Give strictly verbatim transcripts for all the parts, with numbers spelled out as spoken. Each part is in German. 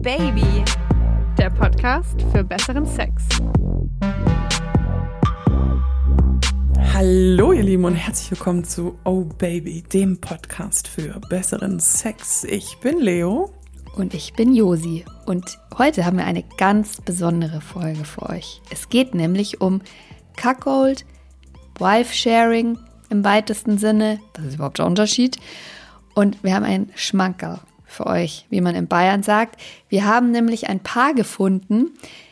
Baby, der Podcast für besseren Sex. Hallo ihr Lieben und herzlich willkommen zu Oh Baby, dem Podcast für besseren Sex. Ich bin Leo. Und ich bin Josi. Und heute haben wir eine ganz besondere Folge für euch. Es geht nämlich um Cuckold, Wife-Sharing im weitesten Sinne. Was ist überhaupt der Unterschied? Und wir haben einen Schmankerl für euch, wie man in Bayern sagt. Wir haben nämlich ein Paar gefunden,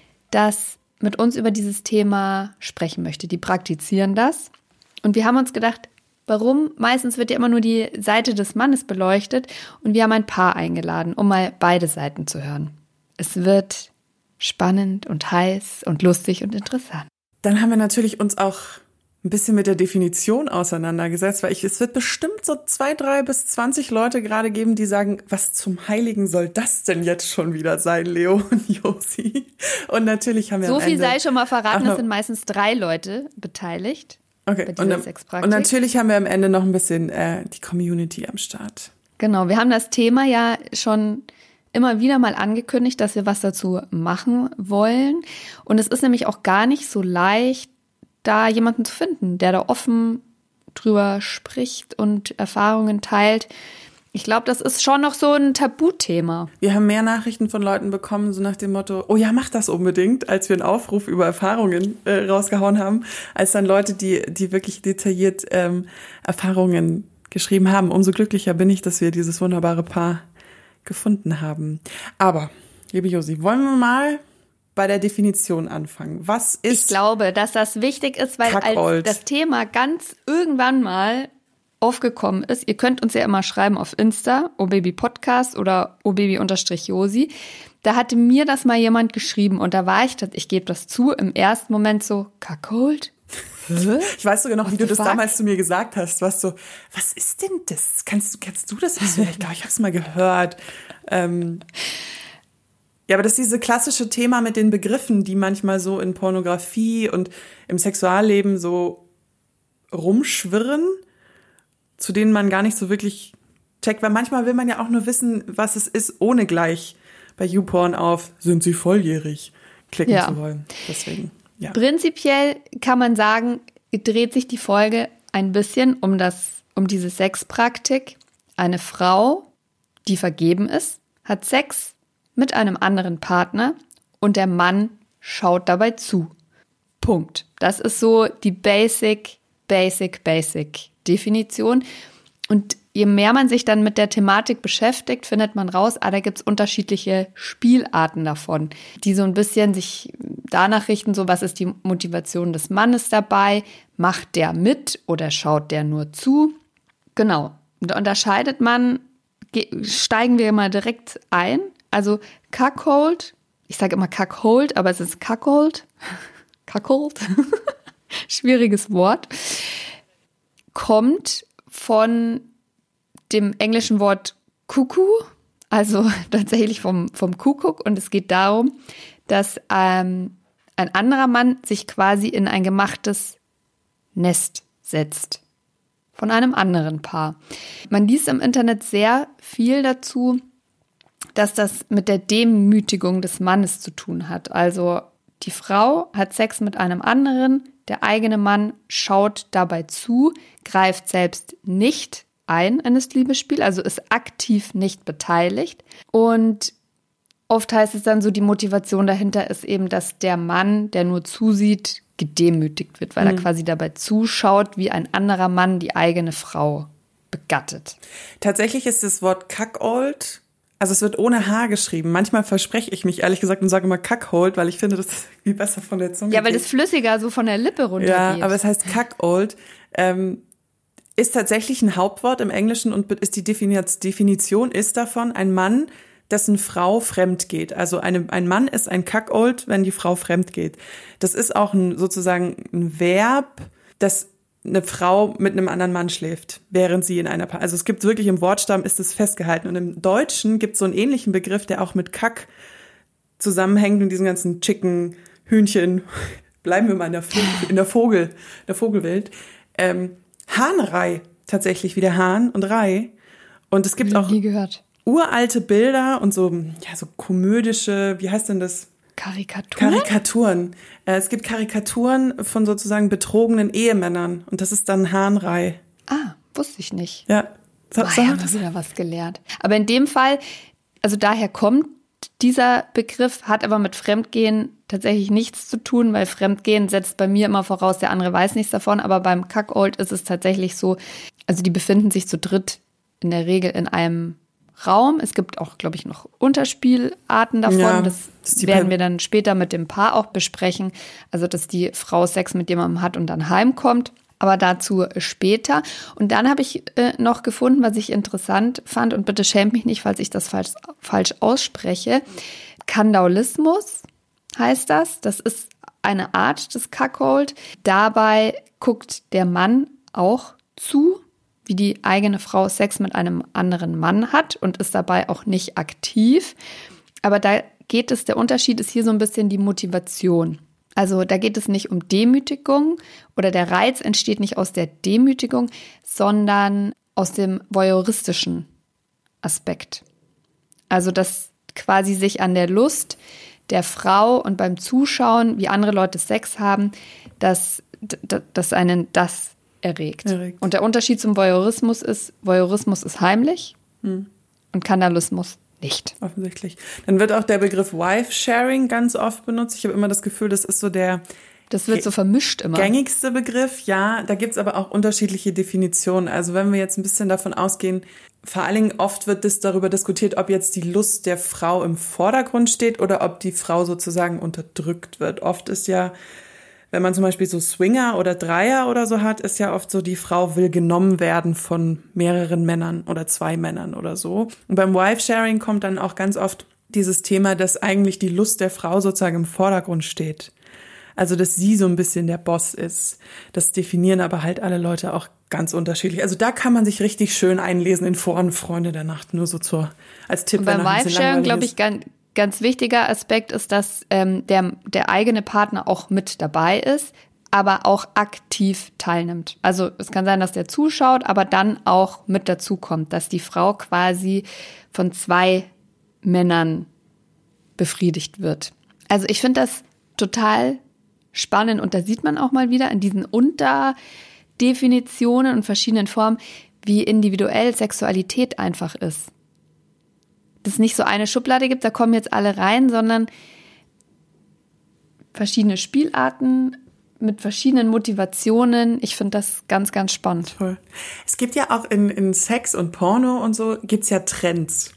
das mit uns über dieses Thema sprechen möchte. Die praktizieren das. Und wir haben uns gedacht, warum? Meistens wird ja immer nur die Seite des Mannes beleuchtet. Und wir haben ein Paar eingeladen, um mal beide Seiten zu hören. Es wird spannend und heiß und lustig und interessant. Dann haben wir natürlich uns auch ein bisschen mit der Definition auseinandergesetzt, weil ich, es wird bestimmt so zwei, drei bis zwanzig Leute gerade geben, die sagen, was zum Heiligen soll das denn jetzt schon wieder sein, Leo und Josi? Und natürlich haben wir So am viel Ende sei schon mal verraten, Ach, es sind meistens drei Leute beteiligt. Okay, bei und, dieser und Sexpraktik. natürlich haben wir am Ende noch ein bisschen äh, die Community am Start. Genau, wir haben das Thema ja schon immer wieder mal angekündigt, dass wir was dazu machen wollen. Und es ist nämlich auch gar nicht so leicht, da jemanden zu finden, der da offen drüber spricht und Erfahrungen teilt. Ich glaube, das ist schon noch so ein Tabuthema. Wir haben mehr Nachrichten von Leuten bekommen, so nach dem Motto, oh ja, mach das unbedingt, als wir einen Aufruf über Erfahrungen äh, rausgehauen haben, als dann Leute, die die wirklich detailliert ähm, Erfahrungen geschrieben haben. Umso glücklicher bin ich, dass wir dieses wunderbare Paar gefunden haben. Aber, liebe Josi, wollen wir mal bei der Definition anfangen. Was ist Ich glaube, dass das wichtig ist, weil Cuckold? als das Thema ganz irgendwann mal aufgekommen ist, ihr könnt uns ja immer schreiben auf Insta, obabypodcast oder obaby-josi, da hatte mir das mal jemand geschrieben und da war ich, ich gebe das zu, im ersten Moment so, Cuckold? Ich weiß sogar noch, What wie du the das fuck? damals zu mir gesagt hast. Du warst so, was ist denn das? Kannst du, kennst du das? Ich so, ja, ich glaube, ich habe es mal gehört. Ähm, ja, aber das ist dieses klassische Thema mit den Begriffen, die manchmal so in Pornografie und im Sexualleben so rumschwirren, zu denen man gar nicht so wirklich checkt. Weil manchmal will man ja auch nur wissen, was es ist, ohne gleich bei YouPorn auf, sind sie volljährig, klicken Ja. zu wollen. Deswegen, ja. Prinzipiell kann man sagen, dreht sich die Folge ein bisschen um das, um diese Sexpraktik. Eine Frau, die vergeben ist, hat Sex mit einem anderen Partner und der Mann schaut dabei zu. Punkt. Das ist so die Basic, Basic, Basic Definition. Und je mehr man sich dann mit der Thematik beschäftigt, findet man raus, ah, da gibt es unterschiedliche Spielarten davon, die so ein bisschen sich danach richten, so was ist die Motivation des Mannes dabei, macht der mit oder schaut der nur zu? Genau. Und da unterscheidet man, ge- steigen wir mal direkt ein. Also Cuckold, ich sage immer Cuckold, aber es ist Cuckold. Cuckold, schwieriges Wort, kommt von dem englischen Wort Cuckoo, also tatsächlich vom, vom Kuckuck. Und es geht darum, dass ähm, ein anderer Mann sich quasi in ein gemachtes Nest setzt von einem anderen Paar. Man liest im Internet sehr viel dazu, dass das mit der Demütigung des Mannes zu tun hat. Also die Frau hat Sex mit einem anderen, der eigene Mann schaut dabei zu, greift selbst nicht ein in das Liebesspiel, also ist aktiv nicht beteiligt. Und oft heißt es dann so, die Motivation dahinter ist eben, dass der Mann, der nur zusieht, gedemütigt wird, weil mhm. er quasi dabei zuschaut, wie ein anderer Mann die eigene Frau begattet. Tatsächlich ist das Wort Cuckold, also es wird ohne H geschrieben. Manchmal verspreche ich mich ehrlich gesagt und sage immer Cuckold, weil ich finde, das ist viel besser von der Zunge. Ja, weil geht. das flüssiger so von der Lippe runtergeht. Ja, aber es heißt Cuckold. Ähm, ist tatsächlich ein Hauptwort im Englischen und ist die Definition ist davon ein Mann, dessen Frau fremd geht. Also eine, ein Mann ist ein Cuckold, wenn die Frau fremd geht. Das ist auch ein, sozusagen ein Verb, das eine Frau mit einem anderen Mann schläft, während sie in einer Paar. Also es gibt wirklich im Wortstamm ist es festgehalten. Und im Deutschen gibt es so einen ähnlichen Begriff, der auch mit Kack zusammenhängt und diesen ganzen Chicken, Hühnchen, bleiben wir mal in der, Vogel, in der Vogel, der Vogelwelt. Ähm, Hahnrei, tatsächlich wie der Hahn und Rei. Und es gibt auch, nie gehört. uralte Bilder und so, ja, so komödische, wie heißt denn das? Karikaturen? Karikaturen. Äh, es gibt Karikaturen von sozusagen betrogenen Ehemännern und das ist dann Hahnrei. Ah, wusste ich nicht. Ja. So, oh, so haben wir wieder was gelernt. Aber in dem Fall, also daher kommt dieser Begriff, hat aber mit Fremdgehen tatsächlich nichts zu tun, weil Fremdgehen setzt bei mir immer voraus, der andere weiß nichts davon, aber beim Cuckold ist es tatsächlich so, also die befinden sich zu dritt in der Regel in einem Raum. Es gibt auch, glaube ich, noch Unterspielarten davon. Ja, das das werden wir dann später mit dem Paar auch besprechen. Also, dass die Frau Sex mit jemandem hat und dann heimkommt. Aber dazu später. Und dann habe ich äh, noch gefunden, was ich interessant fand. Und bitte schämt mich nicht, falls ich das falsch, falsch ausspreche. Kandaulismus heißt das. Das ist eine Art des Cuckold. Dabei guckt der Mann auch zu, wie die eigene Frau Sex mit einem anderen Mann hat und ist dabei auch nicht aktiv. Aber da geht es, der Unterschied ist hier so ein bisschen die Motivation. Also da geht es nicht um Demütigung oder der Reiz entsteht nicht aus der Demütigung, sondern aus dem voyeuristischen Aspekt. Also dass quasi sich an der Lust der Frau und beim Zuschauen, wie andere Leute Sex haben, dass, dass einen das erregt. erregt. Und der Unterschied zum Voyeurismus ist, Voyeurismus ist heimlich hm. und Kandalismus nicht. Offensichtlich. Dann wird auch der Begriff Wife-Sharing ganz oft benutzt. Ich habe immer das Gefühl, das ist so der Das wird so vermischt immer. Gängigste Begriff, ja. Da gibt es aber auch unterschiedliche Definitionen. Also wenn wir jetzt ein bisschen davon ausgehen, vor allen Dingen oft wird das darüber diskutiert, ob jetzt die Lust der Frau im Vordergrund steht oder ob die Frau sozusagen unterdrückt wird. Oft ist ja, wenn man zum Beispiel so Swinger oder Dreier oder so hat, ist ja oft so, die Frau will genommen werden von mehreren Männern oder zwei Männern oder so. Und beim Wife-Sharing kommt dann auch ganz oft dieses Thema, dass eigentlich die Lust der Frau sozusagen im Vordergrund steht. Also, dass sie so ein bisschen der Boss ist. Das definieren aber halt alle Leute auch ganz unterschiedlich. Also da kann man sich richtig schön einlesen in Foren Freunde der Nacht, nur so zur, als Tipp. Und beim Wife-Sharing, glaube ich, ganz Ganz wichtiger Aspekt ist, dass ähm, der, der eigene Partner auch mit dabei ist, aber auch aktiv teilnimmt. Also es kann sein, dass der zuschaut, aber dann auch mit dazukommt, dass die Frau quasi von zwei Männern befriedigt wird. Also ich finde das total spannend und da sieht man auch mal wieder in diesen Unterdefinitionen und verschiedenen Formen, wie individuell Sexualität einfach ist. Dass es nicht so eine Schublade gibt, da kommen jetzt alle rein, sondern verschiedene Spielarten mit verschiedenen Motivationen. Ich finde das ganz, ganz spannend. Toll. Es gibt ja auch in, in Sex und Porno und so, gibt's ja Trends.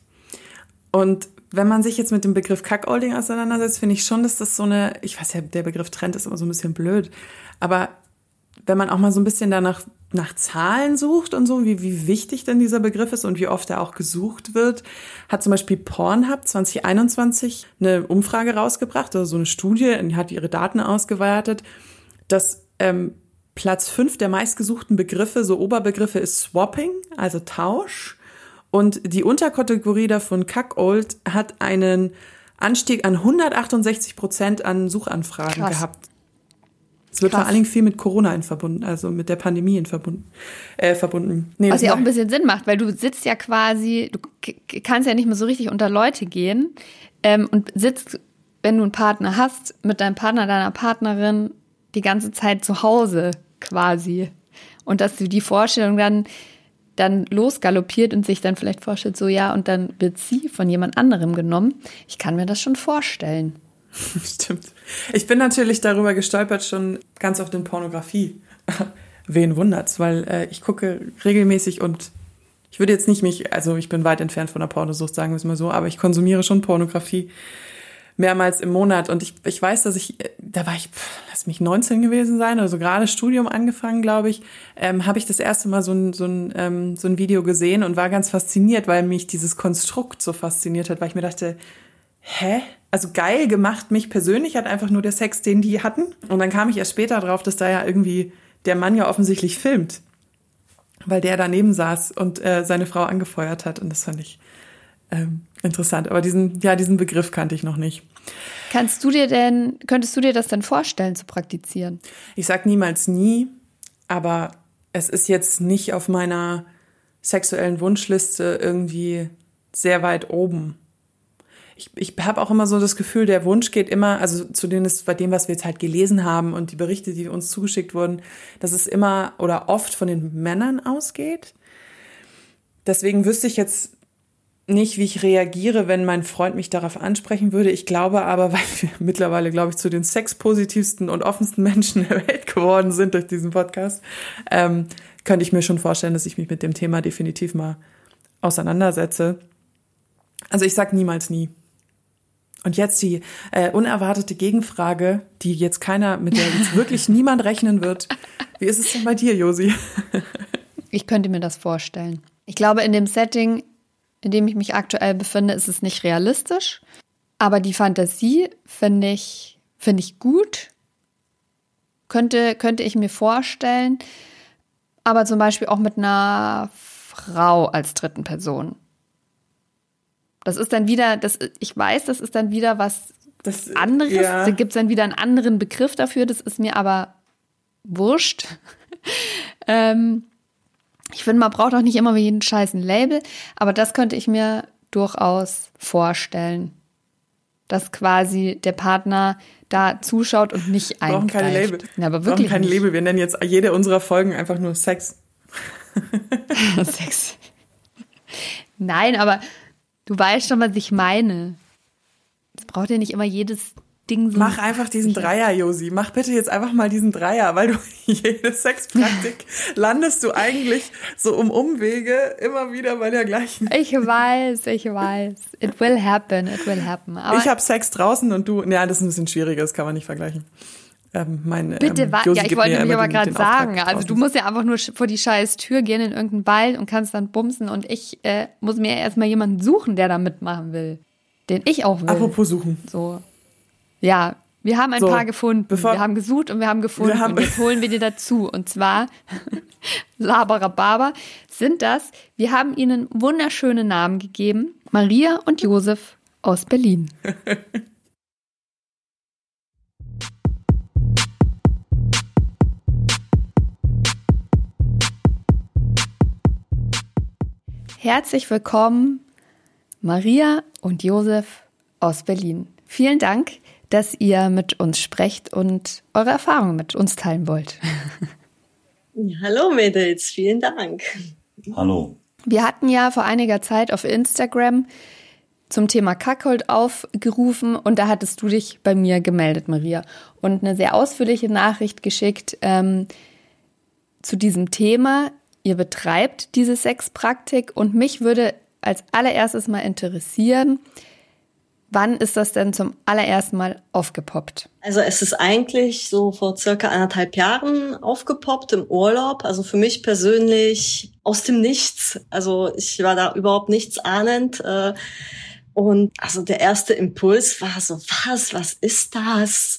Und wenn man sich jetzt mit dem Begriff Cuckolding auseinandersetzt, finde ich schon, dass das so eine, ich weiß ja, der Begriff Trend ist immer so ein bisschen blöd, aber wenn man auch mal so ein bisschen danach nach Zahlen sucht und so, wie, wie wichtig denn dieser Begriff ist und wie oft er auch gesucht wird, hat zum Beispiel Pornhub zwanzig einundzwanzig eine Umfrage rausgebracht, also so eine Studie, die hat ihre Daten ausgewertet, dass ähm, Platz fünf der meistgesuchten Begriffe, so Oberbegriffe, ist Swapping, also Tausch. Und die Unterkategorie davon, Cuckold, hat einen Anstieg an hundertachtundsechzig Prozent an Suchanfragen Krass. gehabt. Es wird Krass. vor allen Dingen viel mit Corona in verbunden, also mit der Pandemie in verbunden. Äh, verbunden. Nee, Was ja auch ein bisschen Sinn macht, weil du sitzt ja quasi, du k- kannst ja nicht mehr so richtig unter Leute gehen ähm, und sitzt, wenn du einen Partner hast, mit deinem Partner, deiner Partnerin die ganze Zeit zu Hause quasi. Und dass du die Vorstellung dann, dann losgaloppiert und sich dann vielleicht vorstellt, so ja, und dann wird sie von jemand anderem genommen. Ich kann mir das schon vorstellen. Stimmt. Ich bin natürlich darüber gestolpert, schon ganz oft in Pornografie. Wen wundert's, weil äh, ich gucke regelmäßig und ich würde jetzt nicht mich, also ich bin weit entfernt von der Pornosucht, sagen wir es mal so, aber ich konsumiere schon Pornografie mehrmals im Monat und ich, ich weiß, dass ich, da war ich, lass mich neunzehn gewesen sein, also gerade Studium angefangen, glaube ich, ähm, habe ich das erste Mal so ein, so, ein, ähm, so ein Video gesehen und war ganz fasziniert, weil mich dieses Konstrukt so fasziniert hat, weil ich mir dachte, hä? Also geil gemacht, mich persönlich hat einfach nur der Sex, den die hatten. Und dann kam ich erst später drauf, dass da ja irgendwie der Mann ja offensichtlich filmt, weil der daneben saß und äh, seine Frau angefeuert hat. Und das fand ich ähm, interessant. Aber diesen, ja, diesen Begriff kannte ich noch nicht. Kannst du dir denn, könntest du dir das denn vorstellen zu praktizieren? Ich sag niemals nie, aber es ist jetzt nicht auf meiner sexuellen Wunschliste irgendwie sehr weit oben. Ich, ich habe auch immer so das Gefühl, der Wunsch geht immer, also zu dem ist bei dem, was wir jetzt halt gelesen haben und die Berichte, die uns zugeschickt wurden, dass es immer oder oft von den Männern ausgeht. Deswegen wüsste ich jetzt nicht, wie ich reagiere, wenn mein Freund mich darauf ansprechen würde. Ich glaube aber, weil wir mittlerweile, glaube ich, zu den sexpositivsten und offensten Menschen der Welt geworden sind durch diesen Podcast, ähm, könnte ich mir schon vorstellen, dass ich mich mit dem Thema definitiv mal auseinandersetze. Also ich sag niemals nie. Und jetzt die äh, unerwartete Gegenfrage, die jetzt keiner, mit der jetzt wirklich niemand rechnen wird. Wie ist es denn bei dir, Josi? Ich könnte mir das vorstellen. Ich glaube, in dem Setting, in dem ich mich aktuell befinde, ist es nicht realistisch. Aber die Fantasie finde ich, finde ich gut. Könnte, könnte ich mir vorstellen. Aber zum Beispiel auch mit einer Frau als dritten Person. Das ist dann wieder, das, ich weiß, das ist dann wieder was das, anderes. Ja. Da gibt es dann wieder einen anderen Begriff dafür. Das ist mir aber wurscht. ähm, ich finde, man braucht auch nicht immer jeden Scheiß ein Label. Aber das könnte ich mir durchaus vorstellen. Dass quasi der Partner da zuschaut und nicht eingreift. Wir brauchen keine Label. Ja, aber wirklich wir brauchen keine Label. Wir nennen jetzt jede unserer Folgen einfach nur Sex. Sex. Nein, aber du weißt schon, was ich meine. Es braucht ja nicht immer jedes Ding so. Mach einfach diesen Dreier, Josi. Mach bitte jetzt einfach mal diesen Dreier, weil du jede Sexpraktik landest du eigentlich so um Umwege immer wieder bei der gleichen. Ich weiß, ich weiß. It will happen, it will happen. Aber ich habe Sex draußen und du, ja, das ist ein bisschen schwieriger, das kann man nicht vergleichen. Ähm, mein, Bitte, ähm, wa- ja, ich wollte nämlich aber gerade sagen, also du musst ja einfach nur vor die scheiß Tür gehen in irgendeinen Wald und kannst dann bumsen und ich äh, muss mir erstmal jemanden suchen, der da mitmachen will. Den ich auch will. Apropos suchen. So. Ja, wir haben ein so, paar gefunden. Wir haben gesucht und wir haben gefunden. Wir haben und jetzt holen wir dir dazu. Und zwar, Labarababa, sind das, wir haben ihnen wunderschöne Namen gegeben. Maria und Josef aus Berlin. Herzlich willkommen, Maria und Josef aus Berlin. Vielen Dank, dass ihr mit uns sprecht und eure Erfahrungen mit uns teilen wollt. Hallo Mädels, vielen Dank. Hallo. Wir hatten ja vor einiger Zeit auf Instagram zum Thema Cuckold aufgerufen und da hattest du dich bei mir gemeldet, Maria, und eine sehr ausführliche Nachricht geschickt ähm, zu diesem Thema. Ihr betreibt diese Sexpraktik und mich würde als allererstes mal interessieren, wann ist das denn zum allerersten Mal aufgepoppt? Also es ist eigentlich so vor circa anderthalb Jahren aufgepoppt im Urlaub. Also für mich persönlich aus dem Nichts. Also ich war da überhaupt nichts ahnend. Und also der erste Impuls war so, was, was ist das?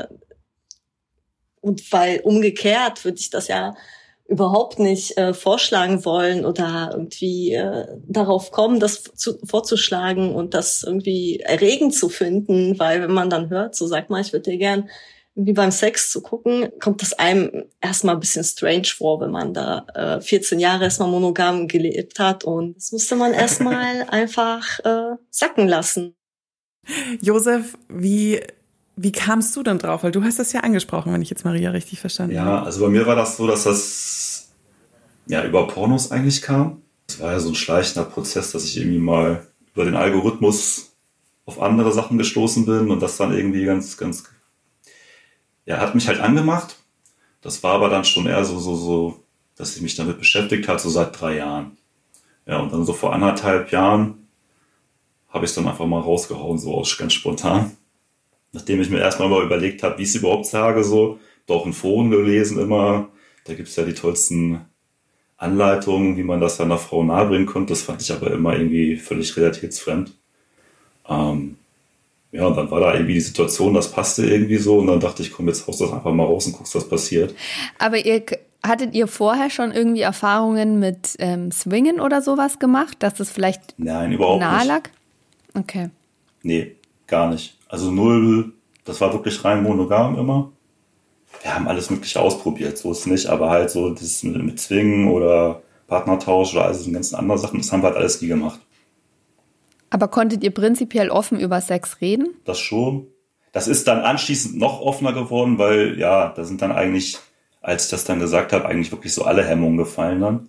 Und weil umgekehrt würde ich das ja überhaupt nicht äh, vorschlagen wollen oder irgendwie äh, darauf kommen, das zu, vorzuschlagen und das irgendwie erregend zu finden, weil wenn man dann hört, so sag mal, ich würde dir gern irgendwie beim Sex zu gucken, kommt das einem erstmal ein bisschen strange vor, wenn man da äh, vierzehn Jahre erstmal monogam gelebt hat und das musste man erstmal einfach äh, sacken lassen. Josef, wie Wie kamst du denn drauf? Weil du hast das ja angesprochen, wenn ich jetzt Maria richtig verstanden habe. Ja, also bei mir war das so, dass das ja über Pornos eigentlich kam. Es war ja so ein schleichender Prozess, dass ich irgendwie mal über den Algorithmus auf andere Sachen gestoßen bin und das dann irgendwie ganz, ganz, ja, hat mich halt angemacht. Das war aber dann schon eher so, so, so, dass ich mich damit beschäftigt habe, so seit drei Jahren. Ja, und dann so vor anderthalb Jahren habe ich es dann einfach mal rausgehauen, so aus ganz spontan. Nachdem ich mir erstmal mal überlegt habe, wie ich es überhaupt sage, so, doch in Foren gelesen immer, da gibt es ja die tollsten Anleitungen, wie man das einer Frau nahebringen konnte. Das fand ich aber immer irgendwie völlig realitätsfremd. Ähm, ja, und dann war da irgendwie die Situation, das passte irgendwie so und dann dachte ich, komm, jetzt haust du das einfach mal raus und guckst, was passiert. Aber ihr hattet ihr vorher schon irgendwie Erfahrungen mit ähm, Swingen oder sowas gemacht, dass das vielleicht Nein, überhaupt nahe lag? nicht. Okay. Nee, gar nicht. Also null, das war wirklich rein monogam immer. Wir haben alles Mögliche ausprobiert, so ist es nicht, aber halt so das mit, mit Zwingen oder Partnertausch oder all diese ganzen anderen Sachen, das haben wir halt alles nie gemacht. Aber konntet ihr prinzipiell offen über Sex reden? Das schon. Das ist dann anschließend noch offener geworden, weil, ja, da sind dann eigentlich, als ich das dann gesagt habe, eigentlich wirklich so alle Hemmungen gefallen dann.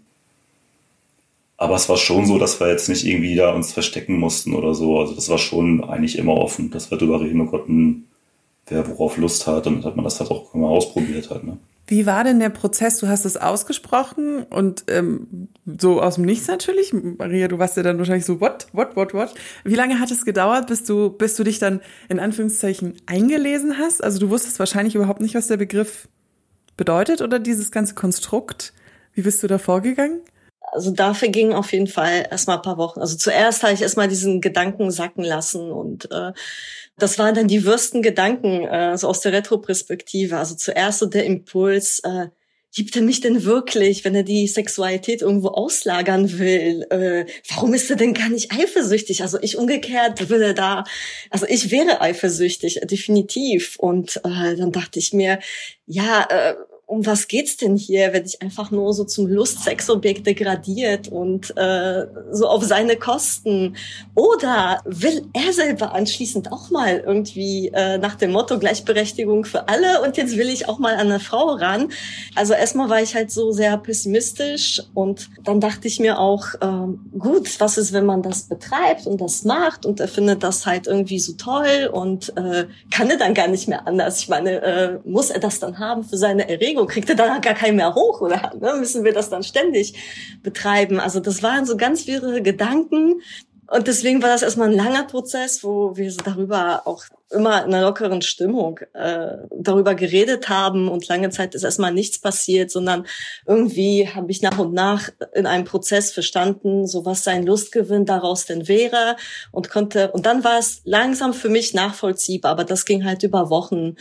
Aber es war schon so, dass wir jetzt nicht irgendwie da uns verstecken mussten oder so. Also das war schon eigentlich immer offen, dass wir darüber reden konnten, wer worauf Lust hat. Und dann hat man das halt auch mal ausprobiert halt, ne? Wie war denn der Prozess? Du hast es ausgesprochen und ähm, so aus dem Nichts natürlich. Maria, du warst ja dann wahrscheinlich so, what, what, what, what? Wie lange hat es gedauert, bis du, bis du dich dann in Anführungszeichen eingelesen hast? Also du wusstest wahrscheinlich überhaupt nicht, was der Begriff bedeutet oder dieses ganze Konstrukt. Wie bist du da vorgegangen? Also dafür ging auf jeden Fall erstmal ein paar Wochen. Also zuerst habe ich erstmal diesen Gedanken sacken lassen und äh, das waren dann die wirsten Gedanken, äh, so aus der Retroperspektive. Also zuerst so der Impuls, äh, liebt er mich denn wirklich, wenn er die Sexualität irgendwo auslagern will? Äh, warum ist er denn gar nicht eifersüchtig? Also ich umgekehrt würde da, also ich wäre eifersüchtig, definitiv. Und äh, dann dachte ich mir, ja, äh, um was geht's denn hier, wenn ich einfach nur so zum Lust-Sexobjekt degradiert und äh, so auf seine Kosten? Oder will er selber anschließend auch mal irgendwie äh, nach dem Motto Gleichberechtigung für alle und jetzt will ich auch mal an eine Frau ran? Also erstmal war ich halt so sehr pessimistisch und dann dachte ich mir auch, ähm, gut, was ist, wenn man das betreibt und das macht und er findet das halt irgendwie so toll und äh, kann er dann gar nicht mehr anders? Ich meine, äh, muss er das dann haben für seine Erregung? Kriegt er dann gar keinen mehr hoch oder ne? Müssen wir das dann ständig betreiben? Also das waren so ganz wirre Gedanken und deswegen war das erstmal ein langer Prozess, wo wir so darüber auch immer in einer lockeren Stimmung äh, darüber geredet haben und lange Zeit ist erstmal nichts passiert, sondern irgendwie habe ich nach und nach in einem Prozess verstanden, so was sein Lustgewinn daraus denn wäre und konnte und dann war es langsam für mich nachvollziehbar, aber das ging halt über Wochen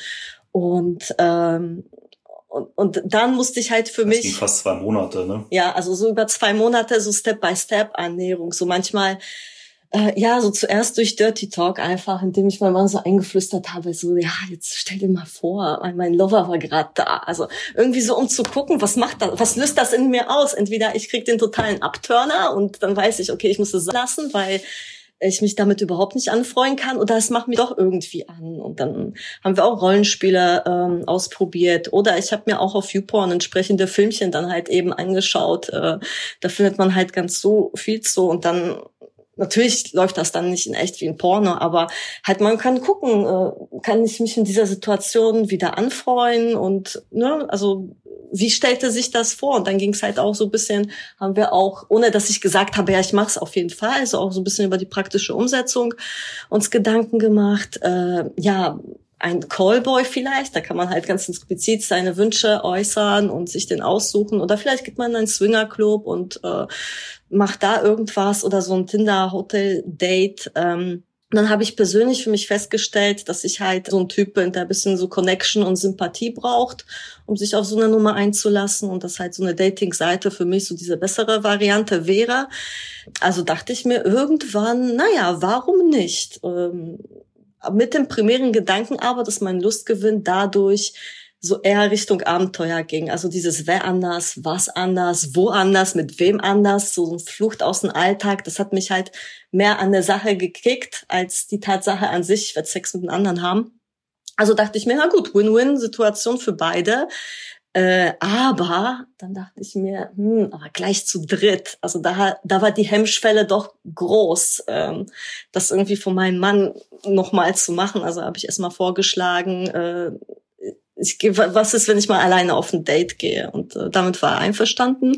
und ähm, Und, und dann musste ich halt für das mich... ging fast zwei Monate, ne? Ja, also so über zwei Monate so Step-by-Step-Annäherung. So manchmal, äh, ja, so zuerst durch Dirty Talk einfach, indem ich meinem Mann so eingeflüstert habe, so, ja, jetzt stell dir mal vor, mein Lover war gerade da. Also irgendwie so, um zu gucken, was macht das, was löst das in mir aus? Entweder ich krieg den totalen Abturner und dann weiß ich, okay, ich muss es lassen, weil ich mich damit überhaupt nicht anfreuen kann oder es macht mich doch irgendwie an. Und dann haben wir auch Rollenspiele ähm, ausprobiert oder ich habe mir auch auf YouPorn entsprechende Filmchen dann halt eben angeschaut. Äh, da findet man halt ganz so viel zu und dann natürlich läuft das dann nicht in echt wie ein Porno, aber halt man kann gucken, äh, kann ich mich in dieser Situation wieder anfreuen und ne, also wie stellte sich das vor? Und dann ging es halt auch so ein bisschen, haben wir auch, ohne dass ich gesagt habe, ja, ich mache es auf jeden Fall, also auch so ein bisschen über die praktische Umsetzung uns Gedanken gemacht. Äh, ja, ein Callboy vielleicht, da kann man halt ganz explizit seine Wünsche äußern und sich den aussuchen. Oder vielleicht geht man in einen Swingerclub und äh, macht da irgendwas oder so ein Tinder-Hotel-Date. Ähm, Und dann habe ich persönlich für mich festgestellt, dass ich halt so ein Typ bin, der ein bisschen so Connection und Sympathie braucht, um sich auf so eine Nummer einzulassen und dass halt so eine Dating-Seite für mich so diese bessere Variante wäre. Also dachte ich mir irgendwann, naja, warum nicht? Ähm, mit dem primären Gedanken aber, dass mein Lustgewinn dadurch so eher Richtung Abenteuer ging. Also dieses wer anders, was anders, wo anders, mit wem anders, so eine Flucht aus dem Alltag, das hat mich halt mehr an der Sache gekickt, als die Tatsache an sich, ich werde Sex mit einem anderen haben. Also dachte ich mir, na gut, Win-Win-Situation für beide. Äh, aber dann dachte ich mir, hm, aber gleich zu dritt. Also da, da war die Hemmschwelle doch groß, ähm, das irgendwie von meinem Mann nochmal zu machen. Also habe ich erstmal vorgeschlagen, äh, ich gehe, was ist, wenn ich mal alleine auf ein Date gehe? Und äh, damit war er einverstanden.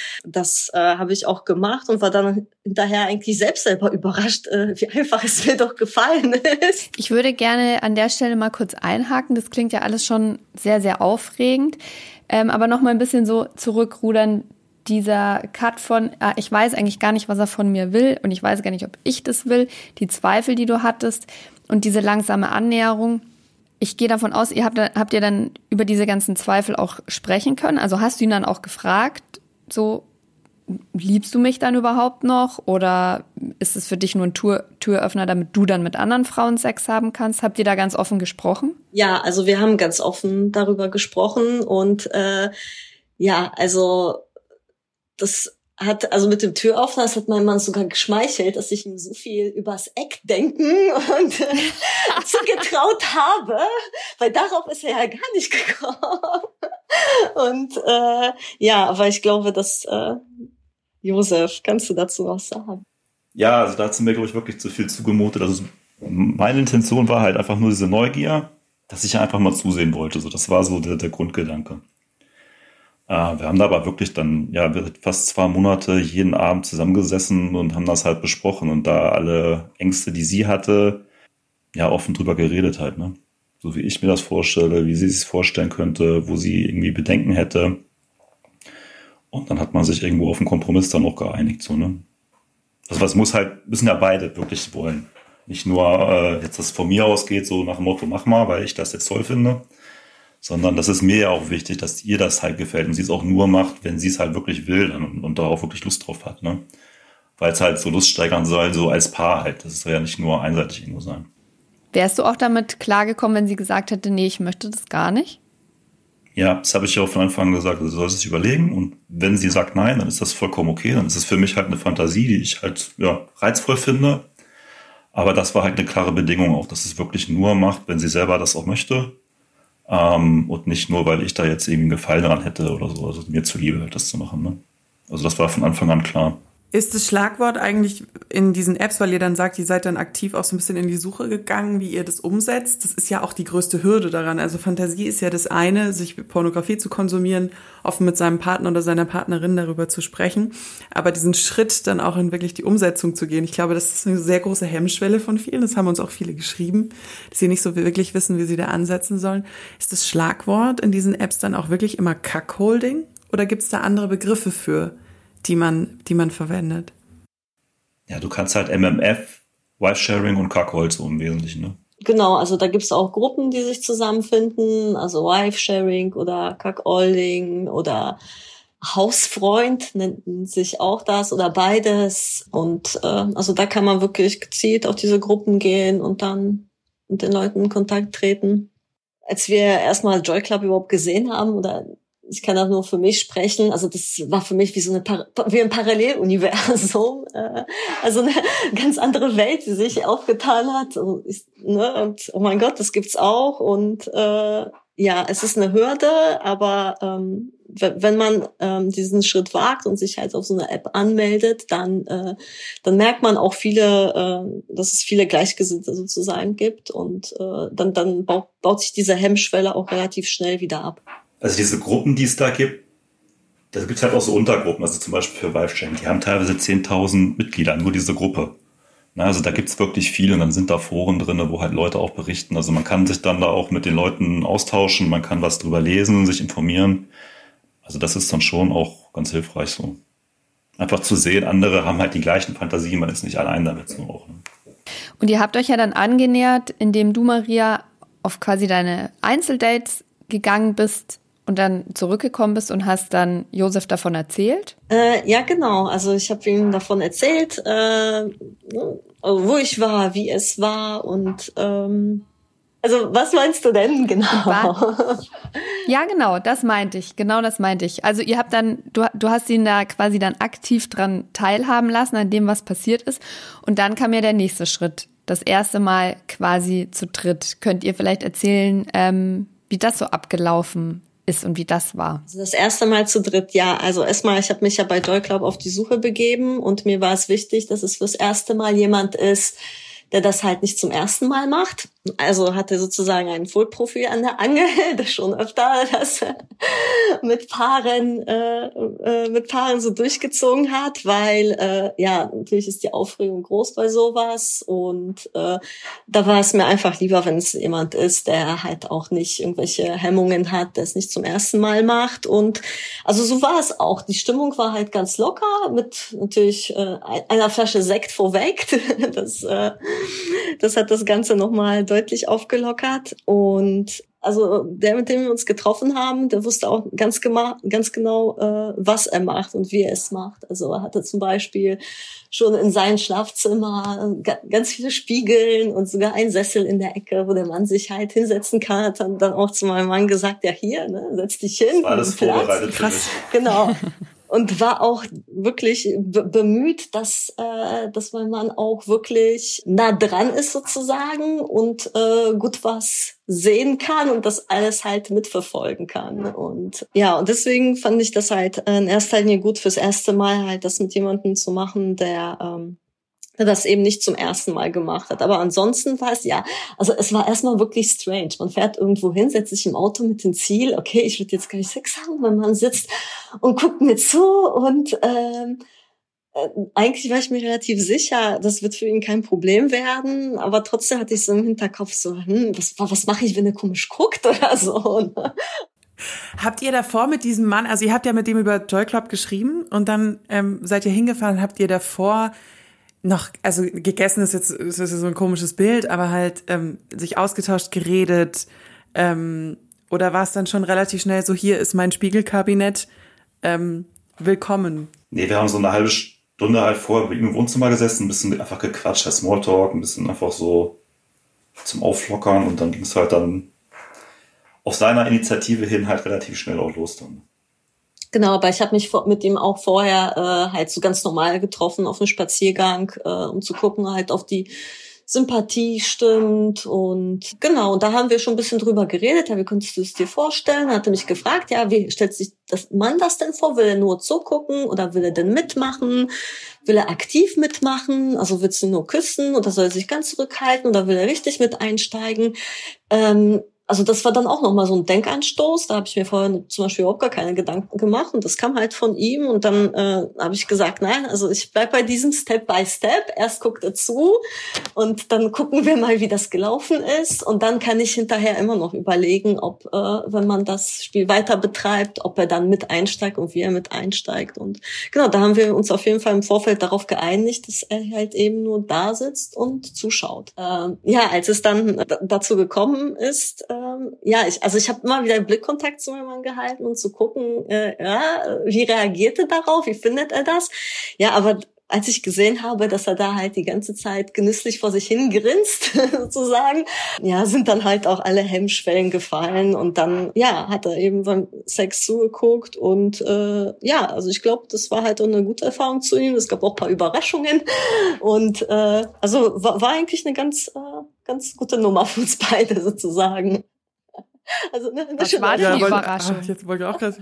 Das äh, habe ich auch gemacht und war dann hinterher eigentlich selbst selber überrascht, äh, wie einfach es mir doch gefallen ist. Ich würde gerne an der Stelle mal kurz einhaken. Das klingt ja alles schon sehr, sehr aufregend. Ähm, aber noch mal ein bisschen so zurückrudern. Dieser Cut von, ah, ich weiß eigentlich gar nicht, was er von mir will und ich weiß gar nicht, ob ich das will. Die Zweifel, die du hattest und diese langsame Annäherung. Ich gehe davon aus, ihr habt, habt ihr dann über diese ganzen Zweifel auch sprechen können? Also hast du ihn dann auch gefragt, so, liebst du mich dann überhaupt noch? Oder ist es für dich nur ein Tür, Türöffner, damit du dann mit anderen Frauen Sex haben kannst? Habt ihr da ganz offen gesprochen? Ja, also wir haben ganz offen darüber gesprochen und äh, ja, also das hat, also mit dem Türöffner, das hat mein Mann sogar geschmeichelt, dass ich ihm so viel übers Eck denken und äh, zugetraut habe, weil darauf ist er ja gar nicht gekommen. Und äh, ja, aber ich glaube, dass äh, Josef, kannst du dazu was sagen? Ja, also da hat sie mir, glaube ich, wirklich zu viel zugemutet. Also meine Intention war halt einfach nur diese Neugier, dass ich einfach mal zusehen wollte. So, das war so der, der Grundgedanke. Äh, wir haben da aber wirklich dann ja fast zwei Monate jeden Abend zusammengesessen und haben das halt besprochen und da alle Ängste, die sie hatte, ja offen drüber geredet halt, ne? So wie ich mir das vorstelle, wie sie es vorstellen könnte, wo sie irgendwie Bedenken hätte. Und dann hat man sich irgendwo auf einen Kompromiss dann auch geeinigt, so, ne? Also was muss halt, müssen ja beide wirklich wollen. Nicht nur äh, jetzt, dass es von mir ausgeht, so nach dem Motto, mach mal, weil ich das jetzt toll finde, sondern das ist mir ja auch wichtig, dass ihr das halt gefällt und sie es auch nur macht, wenn sie es halt wirklich will und, und darauf wirklich Lust drauf hat, ne? Weil es halt so Lust steigern soll, so als Paar halt. Das soll ja nicht nur einseitig irgendwo sein. Wärst du auch damit klargekommen, wenn sie gesagt hätte, nee, ich möchte das gar nicht? Ja, das habe ich ja auch von Anfang an gesagt, sie soll es sich überlegen und wenn sie sagt nein, dann ist das vollkommen okay, dann ist es für mich halt eine Fantasie, die ich halt ja reizvoll finde, aber das war halt eine klare Bedingung auch, dass es wirklich nur macht, wenn sie selber das auch möchte ähm, und nicht nur, weil ich da jetzt irgendwie einen Gefallen daran hätte oder so, also mir zuliebe halt das zu machen, ne? Also das war von Anfang an klar. Ist das Schlagwort eigentlich in diesen Apps, weil ihr dann sagt, ihr seid dann aktiv auch so ein bisschen in die Suche gegangen, wie ihr das umsetzt? Das ist ja auch die größte Hürde daran. Also Fantasie ist ja das eine, sich Pornografie zu konsumieren, offen mit seinem Partner oder seiner Partnerin darüber zu sprechen. Aber diesen Schritt dann auch in wirklich die Umsetzung zu gehen, ich glaube, das ist eine sehr große Hemmschwelle von vielen. Das haben uns auch viele geschrieben, dass sie nicht so wirklich wissen, wie sie da ansetzen sollen. Ist das Schlagwort in diesen Apps dann auch wirklich immer Cuckolding? Oder gibt es da andere Begriffe für, die man, die man verwendet? Ja, du kannst halt M M F, Wife-Sharing und Cuckold so im Wesentlichen, ne? Genau, also da gibt's auch Gruppen, die sich zusammenfinden, also Wife-Sharing oder Cuckolding oder Hausfreund nennt sich auch das oder beides. Und äh, also da kann man wirklich gezielt auf diese Gruppen gehen und dann mit den Leuten in Kontakt treten. Als wir erstmal Joy Club überhaupt gesehen haben oder ich kann auch nur für mich sprechen. Also das war für mich wie so eine Par- wie ein Paralleluniversum, äh, also eine ganz andere Welt, die sich aufgetan hat. Und, ich, ne, und oh mein Gott, das gibt's auch. Und äh, ja, es ist eine Hürde, aber ähm, wenn man ähm, diesen Schritt wagt und sich halt auf so eine App anmeldet, dann äh, dann merkt man auch viele, äh, dass es viele Gleichgesinnte sozusagen gibt und äh, dann dann baut, baut sich diese Hemmschwelle auch relativ schnell wieder ab. Also diese Gruppen, die es da gibt, da gibt es halt auch so Untergruppen, also zum Beispiel für Wife-Sharing, die haben teilweise zehntausend Mitglieder, nur diese Gruppe. Na, also da gibt es wirklich viele und dann sind da Foren drin, wo halt Leute auch berichten. Also man kann sich dann da auch mit den Leuten austauschen, man kann was drüber lesen, sich informieren. Also das ist dann schon auch ganz hilfreich so. Einfach zu sehen, andere haben halt die gleichen Fantasien, man ist nicht allein damit so auch. Ne? Und ihr habt euch ja dann angenähert, indem du, Maria, auf quasi deine Einzeldates gegangen bist und dann zurückgekommen bist und hast dann Josef davon erzählt? Äh, ja, genau. Also ich habe ihm davon erzählt, äh, wo ich war, wie es war und ähm, also was meinst du denn genau? War, ja, genau, das meinte ich. Genau das meinte ich. Also ihr habt dann, du, du hast ihn da quasi dann aktiv dran teilhaben lassen, an dem, was passiert ist. Und dann kam ja der nächste Schritt. Das erste Mal quasi zu dritt. Könnt ihr vielleicht erzählen, ähm, wie das so abgelaufen ist und wie das war? Also das erste Mal zu dritt, ja. Also erstmal, ich habe mich ja bei Joy Club auf die Suche begeben und mir war es wichtig, dass es fürs erste Mal jemand ist, der das halt nicht zum ersten Mal macht. Also hatte sozusagen ein Full-Profil an der Angel, das schon öfter das mit Paaren äh, äh, mit Paaren so durchgezogen hat, weil äh, ja, natürlich ist die Aufregung groß bei sowas und äh, da war es mir einfach lieber, wenn es jemand ist, der halt auch nicht irgendwelche Hemmungen hat, der es nicht zum ersten Mal macht und also so war es auch. Die Stimmung war halt ganz locker mit natürlich äh, einer Flasche Sekt vorweg. Das äh, das hat das Ganze nochmal deutlich aufgelockert und also der, mit dem wir uns getroffen haben, der wusste auch ganz, gema- ganz genau, äh, was er macht und wie er es macht. Also er hatte zum Beispiel schon in seinem Schlafzimmer g- ganz viele Spiegeln und sogar einen Sessel in der Ecke, wo der Mann sich halt hinsetzen kann. Hat dann, dann auch zu meinem Mann gesagt, ja hier, ne, setz dich hin. Das war alles vorbereitet. Krass. Genau. und war auch wirklich be- bemüht, dass äh, dass mein Mann auch wirklich nah dran ist sozusagen und äh, gut was sehen kann und das alles halt mitverfolgen kann. Und ja, und deswegen fand ich das halt in erster Linie gut, fürs erste Mal halt das mit jemandem zu machen, der ähm, der das eben nicht zum ersten Mal gemacht hat. Aber ansonsten war es, ja, also es war erstmal wirklich strange. Man fährt irgendwo hin, setzt sich im Auto mit dem Ziel, okay, ich würde jetzt gleich Sex haben. Mein Mann sitzt und guckt mir zu und ähm, äh, eigentlich war ich mir relativ sicher, das wird für ihn kein Problem werden. Aber trotzdem hatte ich so im Hinterkopf so, hm, was, was mache ich, wenn er komisch guckt oder so. Habt ihr davor mit diesem Mann, also ihr habt ja mit dem über Joy Club geschrieben und dann ähm, seid ihr hingefahren, habt ihr davor noch, also gegessen ist jetzt ist das so ein komisches Bild, aber halt ähm, sich ausgetauscht, geredet, ähm, oder war es dann schon relativ schnell so, hier ist mein Spiegelkabinett, ähm, willkommen? Nee, wir haben so eine halbe Stunde halt vorher bei ihm im Wohnzimmer gesessen, ein bisschen einfach gequatscht, halt Smalltalk, ein bisschen einfach so zum Auflockern und dann ging es halt dann auf seiner Initiative hin halt relativ schnell auch los dann. Genau, aber ich habe mich mit ihm auch vorher äh, halt so ganz normal getroffen auf einem Spaziergang, äh, um zu gucken halt auf die Sympathie stimmt und genau, und da haben wir schon ein bisschen drüber geredet, ja, wie könntest du es dir vorstellen? Er hatte mich gefragt, ja, wie stellt sich das Mann das denn vor? Will er nur zugucken oder will er denn mitmachen? Will er aktiv mitmachen? Also willst du nur küssen oder soll er sich ganz zurückhalten oder will er richtig mit einsteigen? Ähm, Also das war dann auch nochmal so ein Denkanstoß. Da habe ich mir vorher zum Beispiel überhaupt gar keine Gedanken gemacht. Und das kam halt von ihm. Und dann äh, habe ich gesagt, nein, also ich bleib bei diesem Step by Step. Erst guckt er zu und dann gucken wir mal, wie das gelaufen ist. Und dann kann ich hinterher immer noch überlegen, ob, äh, wenn man das Spiel weiter betreibt, ob er dann mit einsteigt und wie er mit einsteigt. Und genau, da haben wir uns auf jeden Fall im Vorfeld darauf geeinigt, dass er halt eben nur da sitzt und zuschaut. Ähm, ja, als es dann d- dazu gekommen ist, ja, ich, also ich habe immer wieder Blickkontakt zu meinem Mann gehalten und zu gucken, äh, ja, wie reagiert er darauf, wie findet er das? Ja, aber als ich gesehen habe, dass er da halt die ganze Zeit genüsslich vor sich hin grinst, sozusagen, ja, sind dann halt auch alle Hemmschwellen gefallen und dann, ja, hat er eben beim Sex zugeguckt und äh, ja, also ich glaube, das war halt auch eine gute Erfahrung zu ihm. Es gab auch ein paar Überraschungen und äh, also war, war eigentlich eine ganz, äh, ganz gute Nummer für uns beide sozusagen. Also, ne, Was war denn die wollte, Überraschung? Ach, jetzt wollte ich auch grad,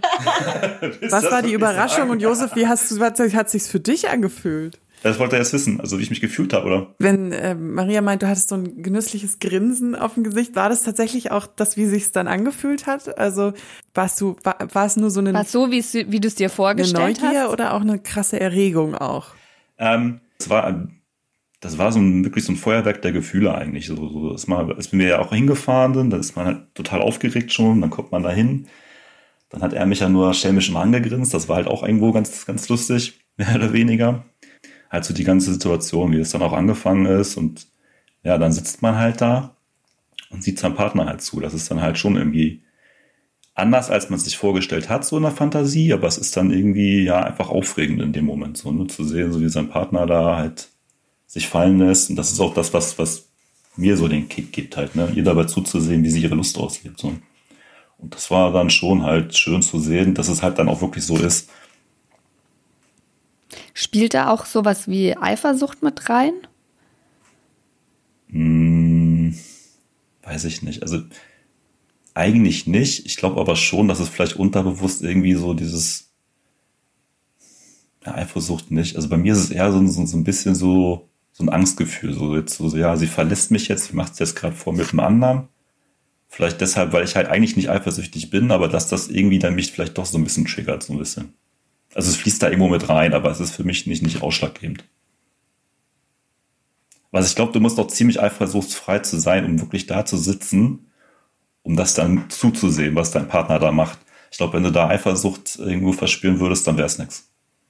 was war die Überraschung? Und Josef, wie hast du, was hat sich's für dich angefühlt? Das wollte er jetzt wissen, also wie ich mich gefühlt habe, oder? Wenn äh, Maria meint, du hattest so ein genüssliches Grinsen auf dem Gesicht, war das tatsächlich auch das, wie sich's dann angefühlt hat? Also warst du, war, war es nur so eine, War es so, wie es- wie du es dir eine vorgestellt Neugier hast? oder auch eine krasse Erregung auch? Ähm, es war ein Das war so ein, wirklich so ein Feuerwerk der Gefühle eigentlich. So, so, ist man, als wir ja auch hingefahren sind, dann ist man halt total aufgeregt schon, dann kommt man da hin. Dann hat er mich ja nur schelmisch mal angegrinst, das war halt auch irgendwo ganz, ganz lustig, mehr oder weniger. Halt so die ganze Situation, wie es dann auch angefangen ist und ja, dann sitzt man halt da und sieht seinem Partner halt zu. Das ist dann halt schon irgendwie anders, als man es sich vorgestellt hat, so in der Fantasie, aber es ist dann irgendwie ja einfach aufregend in dem Moment, so ne, zu sehen, so wie sein Partner da halt sich fallen lässt. Und das ist auch das, was, was mir so den Kick gibt halt, ne? Ihr dabei zuzusehen, wie sie ihre Lust auslebt. So. Und das war dann schon halt schön zu sehen, dass es halt dann auch wirklich so ist. Spielt da auch sowas wie Eifersucht mit rein? Hm, weiß ich nicht. Also eigentlich nicht. Ich glaube aber schon, dass es vielleicht unterbewusst irgendwie so dieses ja, Eifersucht nicht. Also bei mir ist es eher so, so, so ein bisschen so so ein Angstgefühl, so jetzt so, ja, sie verlässt mich jetzt, wie macht es jetzt gerade vor mit einem anderen? Vielleicht deshalb, weil ich halt eigentlich nicht eifersüchtig bin, aber dass das irgendwie dann mich vielleicht doch so ein bisschen triggert, so ein bisschen. Also es fließt da irgendwo mit rein, aber es ist für mich nicht, nicht ausschlaggebend. Was ich glaube, du musst auch ziemlich eifersuchtsfrei zu sein, um wirklich da zu sitzen, um das dann zuzusehen, was dein Partner da macht. Ich glaube, wenn du da Eifersucht irgendwo verspüren würdest, dann wäre es nichts.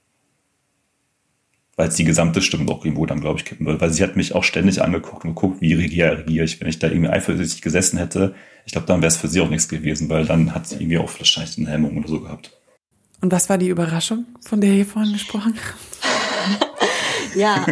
Weil es die gesamte Stimmung auch irgendwo dann, glaube ich, kippen würde. Weil sie hat mich auch ständig angeguckt und geguckt, wie reagiere, reagiere ich. Wenn ich da irgendwie eifersüchtig gesessen hätte, ich glaube, dann wäre es für sie auch nichts gewesen, weil dann hat sie irgendwie auch wahrscheinlich eine Hemmung oder so gehabt. Und was war die Überraschung, von der ihr vorhin gesprochen habt? Ja.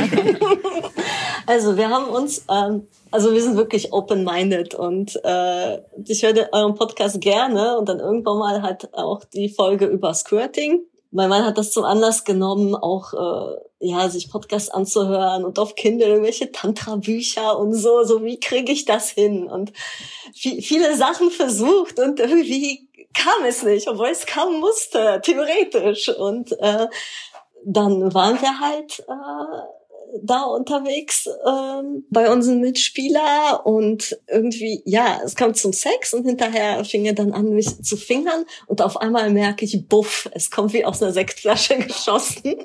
Also wir haben uns, ähm, also wir sind wirklich open-minded und äh, ich höre euren Podcast gerne und dann irgendwann mal hat auch die Folge über Squirting, mein Mann hat das zum Anlass genommen, auch äh, ja sich Podcasts anzuhören und auf Kindle irgendwelche Tantra-Bücher und so, so wie kriege ich das hin? Und viel, viele Sachen versucht und irgendwie kam es nicht, obwohl es kommen musste, theoretisch. Und äh, dann waren wir halt äh, da unterwegs äh, bei unseren Mitspielern und irgendwie, ja, es kam zum Sex und hinterher fing er dann an, mich zu fingern und auf einmal merke ich, buff, es kommt wie aus einer Sektflasche geschossen.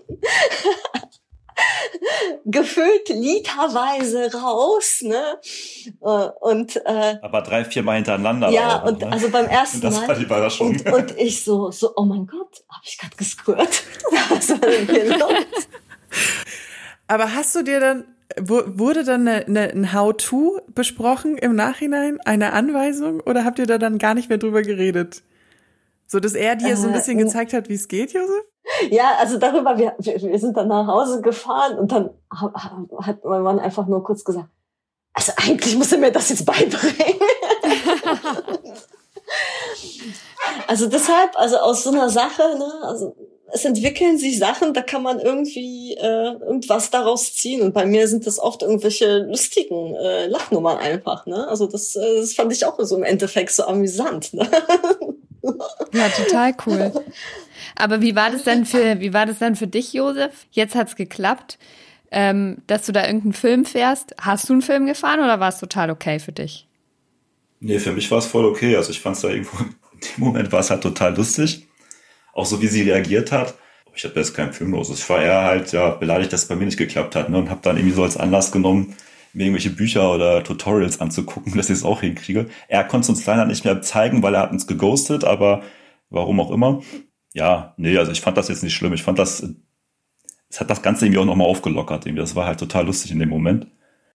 Gefüllt literweise raus, ne? Und äh, aber drei, vier Mal hintereinander. Ja, auch, und ne? also beim ersten das Mal. war die Überraschung. Und, und ich so, so, oh mein Gott, habe ich gerade gesquirt? Was war denn hier los? Aber hast du dir dann, wurde dann eine, eine, ein How-to besprochen im Nachhinein, eine Anweisung, oder habt ihr da dann gar nicht mehr drüber geredet? So, dass er dir so ein bisschen äh, gezeigt hat, wie es geht, Josef? Ja, also darüber, wir, wir, wir sind dann nach Hause gefahren und dann hat mein Mann einfach nur kurz gesagt, also eigentlich muss er mir das jetzt beibringen. Also deshalb, also aus so einer Sache, ne, also es entwickeln sich Sachen, da kann man irgendwie äh, irgendwas daraus ziehen. Und bei mir sind das oft irgendwelche lustigen äh, Lachnummern einfach, ne? Also das, äh, das fand ich auch so im Endeffekt so amüsant, ne? Ja, total cool. Aber wie war das denn für, wie war das denn für dich, Josef? Jetzt hat's geklappt, ähm, dass du da irgendeinen Film fährst. Hast du einen Film gefahren oder war es total okay für dich? Nee, für mich war es voll okay. Also ich fand es da irgendwo, in dem Moment war es halt total lustig. Auch so, wie sie reagiert hat. Ich habe jetzt keinen Film los. Ich war eher halt, ja, beleidigt, dass es bei mir nicht geklappt hat, ne? Und habe dann irgendwie so als Anlass genommen, mir irgendwelche Bücher oder Tutorials anzugucken, dass ich es auch hinkriege. Er konnte es uns leider nicht mehr zeigen, weil er hat uns geghostet, aber warum auch immer. Ja, nee, also ich fand das jetzt nicht schlimm. Ich fand das, es hat das Ganze irgendwie auch nochmal aufgelockert. Irgendwie. Das war halt total lustig in dem Moment.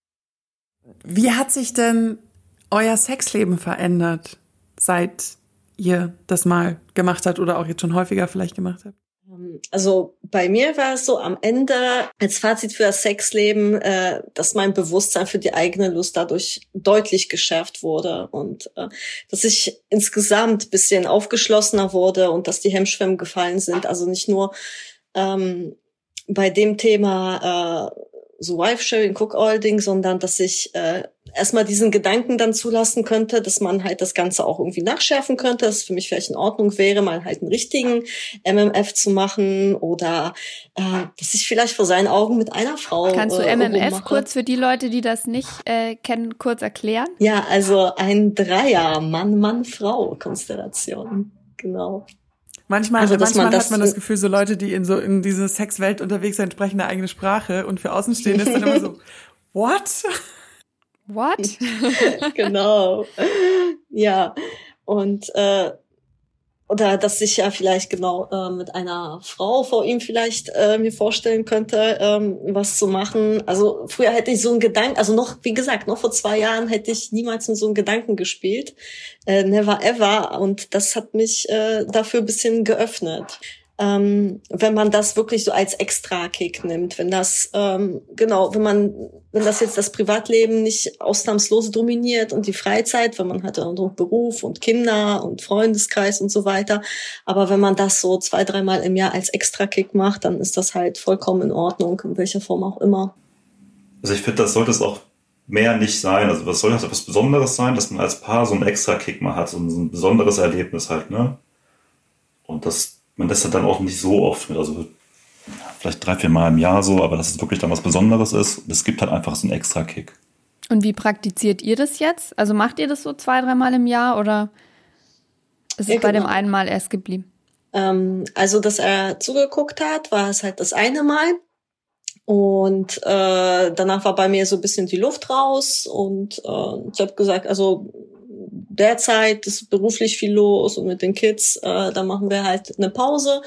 Wie hat sich denn euer Sexleben verändert, seit ihr das mal gemacht habt oder auch jetzt schon häufiger vielleicht gemacht habt? Also bei mir war es so am Ende als Fazit für das Sexleben, äh, dass mein Bewusstsein für die eigene Lust dadurch deutlich geschärft wurde und äh, dass ich insgesamt bisschen aufgeschlossener wurde und dass die Hemmschwellen gefallen sind. Also nicht nur ähm, bei dem Thema äh, so Wife-Sharing, Cook-All-Ding, sondern dass ich äh, erstmal diesen Gedanken dann zulassen könnte, dass man halt das Ganze auch irgendwie nachschärfen könnte, dass es für mich vielleicht in Ordnung wäre, mal halt einen richtigen M M F zu machen oder äh, dass ich vielleicht vor seinen Augen mit einer Frau Kannst du äh, M M F rummache. kurz für die Leute, die das nicht äh, kennen, kurz erklären? Ja, also ein Dreier Mann-Mann-Frau-Konstellation, genau. Manchmal, also, manchmal man hat man das Gefühl, so Leute, die in so in diese Sexwelt unterwegs sind, sprechen eine eigene Sprache und für Außenstehende ist dann immer so, what? What? Genau. Ja. Und äh, oder dass ich ja vielleicht genau äh, mit einer Frau vor ihm vielleicht äh, mir vorstellen könnte, ähm, was zu machen. Also früher hätte ich so einen Gedanken, also noch, wie gesagt, noch vor zwei Jahren hätte ich niemals mit so einem Gedanken gespielt. Äh, never ever. Und das hat mich äh, dafür ein bisschen geöffnet. Ähm, wenn man das wirklich so als Extra-Kick nimmt, wenn das, ähm, genau, wenn man, wenn das jetzt das Privatleben nicht ausnahmslos dominiert und die Freizeit, wenn man hat ja noch Beruf und Kinder und Freundeskreis und so weiter, aber wenn man das so zwei, dreimal im Jahr als Extra-Kick macht, dann ist das halt vollkommen in Ordnung, in welcher Form auch immer. Also ich finde, das sollte es auch mehr nicht sein. Also was soll das etwas Besonderes sein, dass man als Paar so einen Extra-Kick mal hat, so ein, so ein besonderes Erlebnis halt, ne? Und das man lässt das dann auch nicht so oft mit, also vielleicht drei, vier Mal im Jahr so, aber dass es wirklich dann was Besonderes ist. Es gibt halt einfach so einen Extra-Kick. Und wie praktiziert ihr das jetzt? Also macht ihr das so zwei, dreimal im Jahr oder ist es ja, bei genau. dem einen Mal erst geblieben? Ähm, also, dass er zugeguckt hat, war es halt das eine Mal. Und äh, danach war bei mir so ein bisschen die Luft raus und äh, ich habe gesagt, also derzeit ist beruflich viel los und mit den Kids, äh, da machen wir halt eine Pause.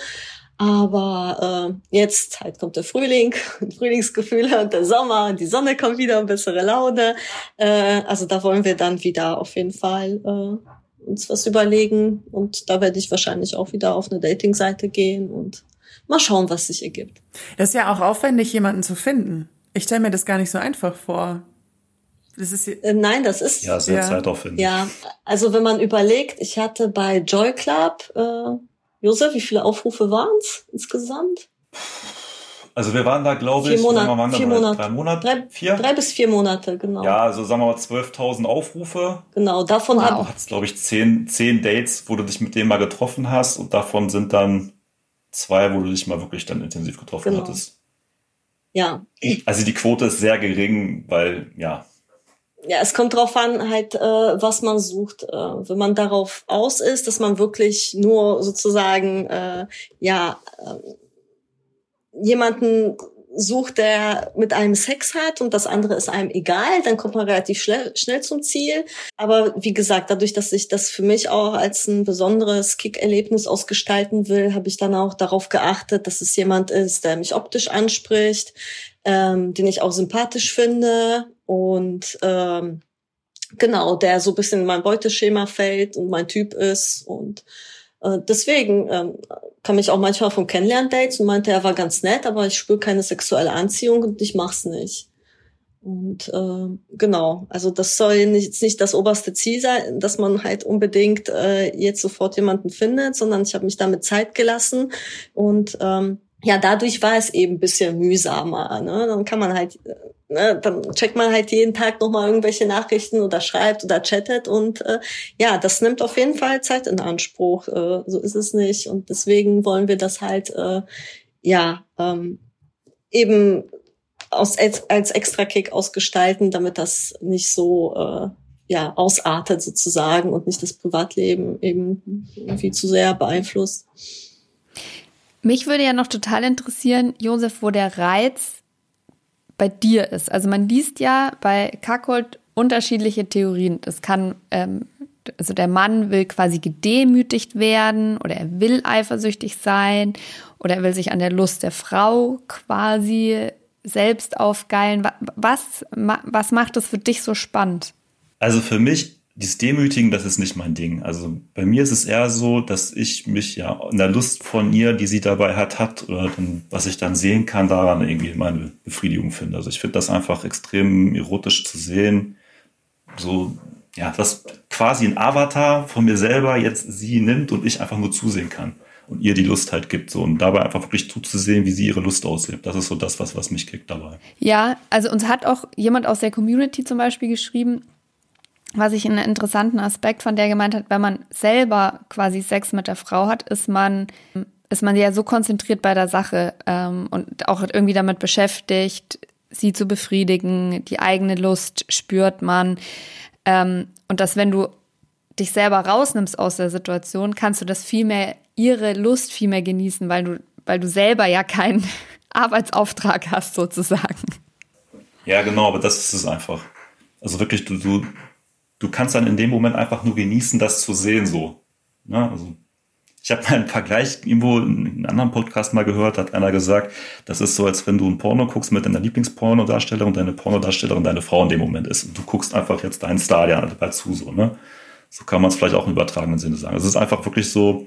Aber äh, jetzt halt kommt der Frühling, Frühlingsgefühle und der Sommer und die Sonne kommt wieder und bessere Laune. Äh, also da wollen wir dann wieder auf jeden Fall äh, uns was überlegen. Und da werde ich wahrscheinlich auch wieder auf eine Dating-Seite gehen und mal schauen, was sich ergibt. Das ist ja auch aufwendig, jemanden zu finden. Ich stelle mir das gar nicht so einfach vor. Das ist äh, Nein, das ist... Ja, sehr ja. zeitaufwendig. Ja, also wenn man überlegt, ich hatte bei Joy Club... Äh, Josef, wie viele Aufrufe waren es insgesamt? Also wir waren da, glaube vier ich, Monate, wir waren da vier drei, Monate, drei Monate, drei, vier? Drei bis vier Monate, genau. Ja, also sagen wir mal zwölftausend Aufrufe. Genau, davon wow. haben... Du hattest, glaube ich, zehn, zehn Dates, wo du dich mit denen mal getroffen hast und davon sind dann zwei, wo du dich mal wirklich dann intensiv getroffen genau. hattest. Ja. Also die Quote ist sehr gering, weil, ja. Ja, es kommt drauf an, halt, äh, was man sucht. Äh, wenn man darauf aus ist, dass man wirklich nur sozusagen, äh, ja, äh, jemanden sucht, der mit einem Sex hat und das andere ist einem egal, dann kommt man relativ schnell, schnell zum Ziel. Aber wie gesagt, dadurch, dass ich das für mich auch als ein besonderes Kick-Erlebnis ausgestalten will, habe ich dann auch darauf geachtet, dass es jemand ist, der mich optisch anspricht, ähm, den ich auch sympathisch finde und ähm, genau, der so ein bisschen in mein Beuteschema fällt und mein Typ ist und äh, deswegen ähm, kam ich auch manchmal von Kennenlern-Dates und meinte, er war ganz nett, aber ich spüre keine sexuelle Anziehung und ich mach's nicht. Und äh, genau, also das soll nicht, nicht das oberste Ziel sein, dass man halt unbedingt äh, jetzt sofort jemanden findet, sondern ich habe mich damit Zeit gelassen und ähm, ja, dadurch war es eben ein bisschen mühsamer. Ne? Dann kann man halt, ne, dann checkt man halt jeden Tag nochmal irgendwelche Nachrichten oder schreibt oder chattet und äh, ja, das nimmt auf jeden Fall Zeit in Anspruch. Äh, so ist es nicht und deswegen wollen wir das halt äh, ja ähm, eben aus, als, als Extra-Kick ausgestalten, damit das nicht so äh, ja ausartet sozusagen und nicht das Privatleben eben irgendwie zu sehr beeinflusst. Mich würde ja noch total interessieren, Josef, wo der Reiz bei dir ist. Also man liest ja bei Cuckold unterschiedliche Theorien. Das kann, ähm, also der Mann will quasi gedemütigt werden oder er will eifersüchtig sein oder er will sich an der Lust der Frau quasi selbst aufgeilen. Was, was macht das für dich so spannend? Also für mich, dieses Demütigen, das ist nicht mein Ding. Also bei mir ist es eher so, dass ich mich ja in der Lust von ihr, die sie dabei hat, hat oder dann, was ich dann sehen kann, daran irgendwie meine Befriedigung finde. Also ich finde das einfach extrem erotisch zu sehen. So, ja, dass quasi ein Avatar von mir selber jetzt sie nimmt und ich einfach nur zusehen kann und ihr die Lust halt gibt. So, und dabei einfach wirklich zuzusehen, wie sie ihre Lust auslebt. Das ist so das, was, was mich kickt dabei. Ja, also uns hat auch jemand aus der Community zum Beispiel geschrieben, was ich einen interessanten Aspekt fand, der gemeint hat, wenn man selber quasi Sex mit der Frau hat, ist man, ist man ja so konzentriert bei der Sache ähm, und auch irgendwie damit beschäftigt, sie zu befriedigen, die eigene Lust spürt man. Ähm, und dass wenn du dich selber rausnimmst aus der Situation, kannst du das viel mehr, ihre Lust viel mehr genießen, weil du, weil du selber ja keinen Arbeitsauftrag hast sozusagen. Ja, genau, aber das ist es einfach. Also wirklich, du, du Du kannst dann in dem Moment einfach nur genießen, das zu sehen, so. Ja, also ich habe mal einen Vergleich irgendwo in einem anderen Podcast mal gehört, hat einer gesagt, das ist so, als wenn du ein Porno guckst mit deiner Lieblingspornodarstellerin und deine Pornodarstellerin deine Frau in dem Moment ist. Und du guckst einfach jetzt deinen Star dabei zu, so, ne? So kann man es vielleicht auch im übertragenen Sinne sagen. Es ist einfach wirklich so,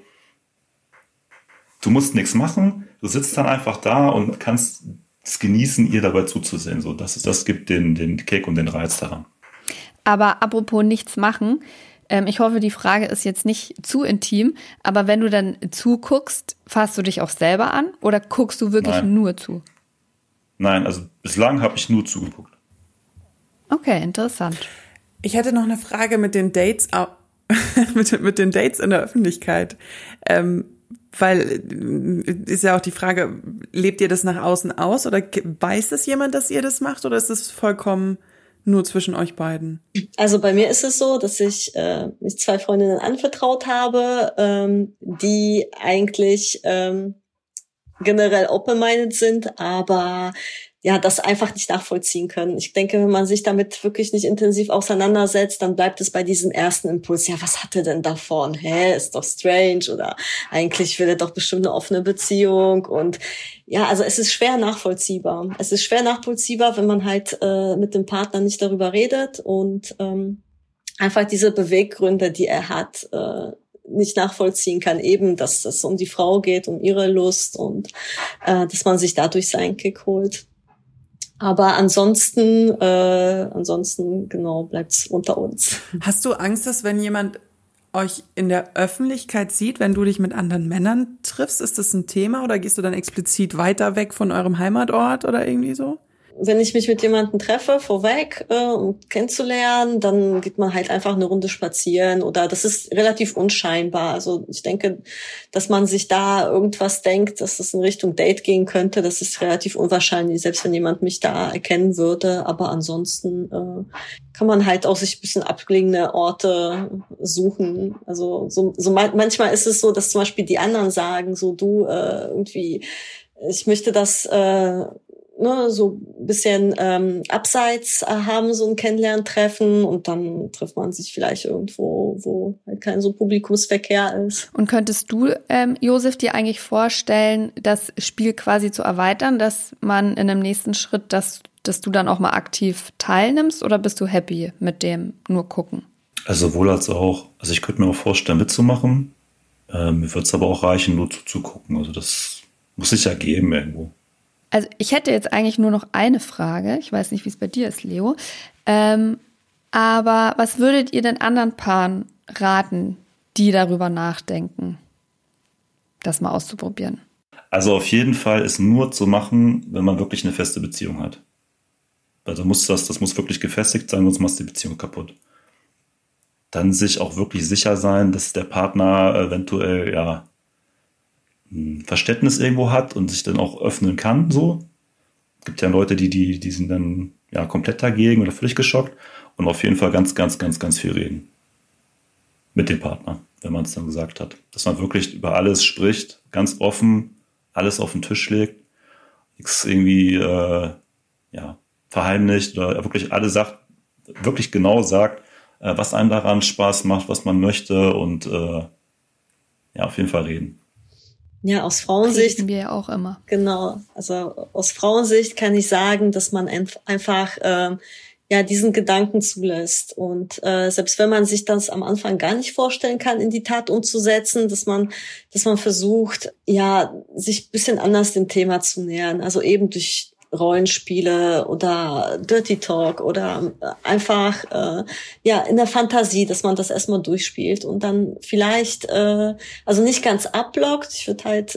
du musst nichts machen, du sitzt dann einfach da und kannst es genießen, ihr dabei zuzusehen. So, das ist, das gibt den, den Kick und den Reiz daran. Aber apropos nichts machen, ähm, ich hoffe, die Frage ist jetzt nicht zu intim, aber wenn du dann zuguckst, fasst du dich auch selber an oder guckst du wirklich Nein. nur zu? Nein, also bislang habe ich nur zugeguckt. Okay, interessant. Ich hätte noch eine Frage mit den Dates, mit, mit den Dates in der Öffentlichkeit. Ähm, weil ist ja auch die Frage, lebt ihr das nach außen aus oder weiß es jemand, dass ihr das macht oder ist es vollkommen nur zwischen euch beiden? Also bei mir ist es so, dass ich äh, mich zwei Freundinnen anvertraut habe, ähm, die eigentlich ähm, generell open-minded sind, aber ja, das einfach nicht nachvollziehen können. Ich denke, wenn man sich damit wirklich nicht intensiv auseinandersetzt, dann bleibt es bei diesem ersten Impuls. Ja, was hat er denn davon? Hä, ist doch strange oder eigentlich will er doch bestimmt eine offene Beziehung und ja, also es ist schwer nachvollziehbar. Es ist schwer nachvollziehbar, wenn man halt äh, mit dem Partner nicht darüber redet und ähm, einfach diese Beweggründe, die er hat, äh, nicht nachvollziehen kann, eben, dass es um die Frau geht, um ihre Lust und äh, dass man sich dadurch seinen Kick holt. Aber ansonsten, äh, ansonsten genau, bleibt's unter uns. Hast du Angst, dass wenn jemand euch in der Öffentlichkeit sieht, wenn du dich mit anderen Männern triffst? Ist das ein Thema oder gehst du dann explizit weiter weg von eurem Heimatort oder irgendwie so? Wenn ich mich mit jemandem treffe, vorweg, äh, um kennenzulernen, dann geht man halt einfach eine Runde spazieren oder das ist relativ unscheinbar. Also ich denke, dass man sich da irgendwas denkt, dass das in Richtung Date gehen könnte, das ist relativ unwahrscheinlich, selbst wenn jemand mich da erkennen würde. Aber ansonsten äh, kann man halt auch sich ein bisschen abgelegene Orte suchen. Also so, so manchmal ist es so, dass zum Beispiel die anderen sagen, so du äh, irgendwie, ich möchte das äh, Ne, so ein bisschen ähm, abseits äh, haben, so ein Kennenlerntreffen und dann trifft man sich vielleicht irgendwo, wo halt kein so Publikumsverkehr ist. Und könntest du, ähm, Josef, dir eigentlich vorstellen, das Spiel quasi zu erweitern, dass man in einem nächsten Schritt, dass, dass du dann auch mal aktiv teilnimmst oder bist du happy mit dem nur gucken? Also sowohl als auch, also ich könnte mir auch vorstellen mitzumachen, äh, mir würde es aber auch reichen, nur zuzugucken, also das muss sich ja geben irgendwo. Also ich hätte jetzt eigentlich nur noch eine Frage. Ich weiß nicht, wie es bei dir ist, Leo. Ähm, aber was würdet ihr den anderen Paaren raten, die darüber nachdenken, das mal auszuprobieren? Also auf jeden Fall ist nur zu machen, wenn man wirklich eine feste Beziehung hat. Also muss das, das muss wirklich gefestigt sein, sonst machst du die Beziehung kaputt. Dann sich auch wirklich sicher sein, dass der Partner eventuell, ja, Verständnis irgendwo hat und sich dann auch öffnen kann, so. Es gibt ja Leute, die, die, die sind dann ja komplett dagegen oder völlig geschockt und auf jeden Fall ganz, ganz, ganz, ganz viel reden. Mit dem Partner, wenn man es dann gesagt hat. Dass man wirklich über alles spricht, ganz offen, alles auf den Tisch legt, nichts irgendwie, äh, ja, verheimlicht oder wirklich alles sagt, wirklich genau sagt, äh, was einem daran Spaß macht, was man möchte und, äh, ja, auf jeden Fall reden. Ja, aus Frauensicht. Reden wir ja auch immer. Genau. Also aus Frauensicht kann ich sagen, dass man einfach ähm, ja diesen Gedanken zulässt und äh, selbst wenn man sich das am Anfang gar nicht vorstellen kann, in die Tat umzusetzen, dass man, dass man versucht, ja sich ein bisschen anders dem Thema zu nähern. Also eben durch Rollenspiele oder Dirty Talk oder einfach äh, ja in der Fantasie, dass man das erstmal durchspielt und dann vielleicht äh, also nicht ganz abblockt. Ich würde halt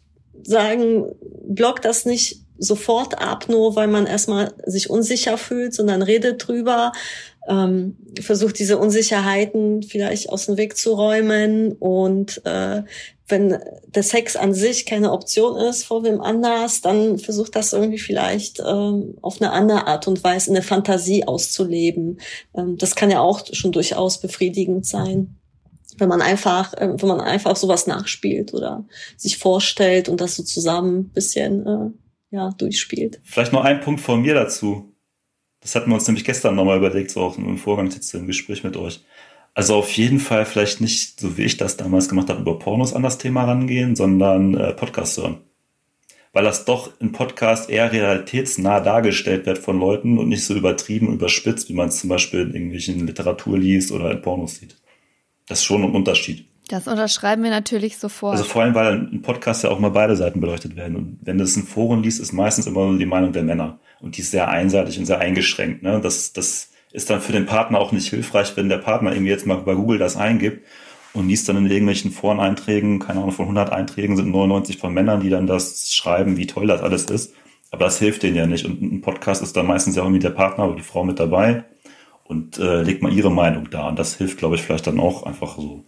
sagen, blockt das nicht sofort ab, nur weil man erstmal sich unsicher fühlt, sondern redet drüber, ähm, versucht diese Unsicherheiten vielleicht aus dem Weg zu räumen und äh, wenn der Sex an sich keine Option ist vor wem anders, dann versucht das irgendwie vielleicht ähm, auf eine andere Art und Weise in der Fantasie auszuleben. Ähm, das kann ja auch schon durchaus befriedigend sein, wenn man einfach, äh, wenn man einfach sowas nachspielt oder sich vorstellt und das so zusammen ein bisschen äh, ja durchspielt. Vielleicht noch ein Punkt von mir dazu. Das hatten wir uns nämlich gestern nochmal überlegt, so auch im Vorgang jetzt im Gespräch mit euch. Also auf jeden Fall vielleicht nicht, so wie ich das damals gemacht habe, über Pornos an das Thema rangehen, sondern äh, Podcast hören. Weil das doch im Podcast eher realitätsnah dargestellt wird von Leuten und nicht so übertrieben, überspitzt, wie man es zum Beispiel in irgendwelchen Literatur liest oder in Pornos sieht. Das ist schon ein Unterschied. Das unterschreiben wir natürlich sofort. Also vor allem, weil im Podcast ja auch mal beide Seiten beleuchtet werden. Und wenn du es in Foren liest, ist meistens immer nur die Meinung der Männer. Und die ist sehr einseitig und sehr eingeschränkt. Ne? Das, das ist dann für den Partner auch nicht hilfreich, wenn der Partner irgendwie jetzt mal bei Google das eingibt und liest dann in irgendwelchen Foreneinträgen, keine Ahnung, von hundert Einträgen sind neunundneunzig von Männern, die dann das schreiben, wie toll das alles ist. Aber das hilft denen ja nicht. Und ein Podcast ist dann meistens ja irgendwie der Partner oder die Frau mit dabei und äh, legt mal ihre Meinung da. Und das hilft, glaube ich, vielleicht dann auch einfach so,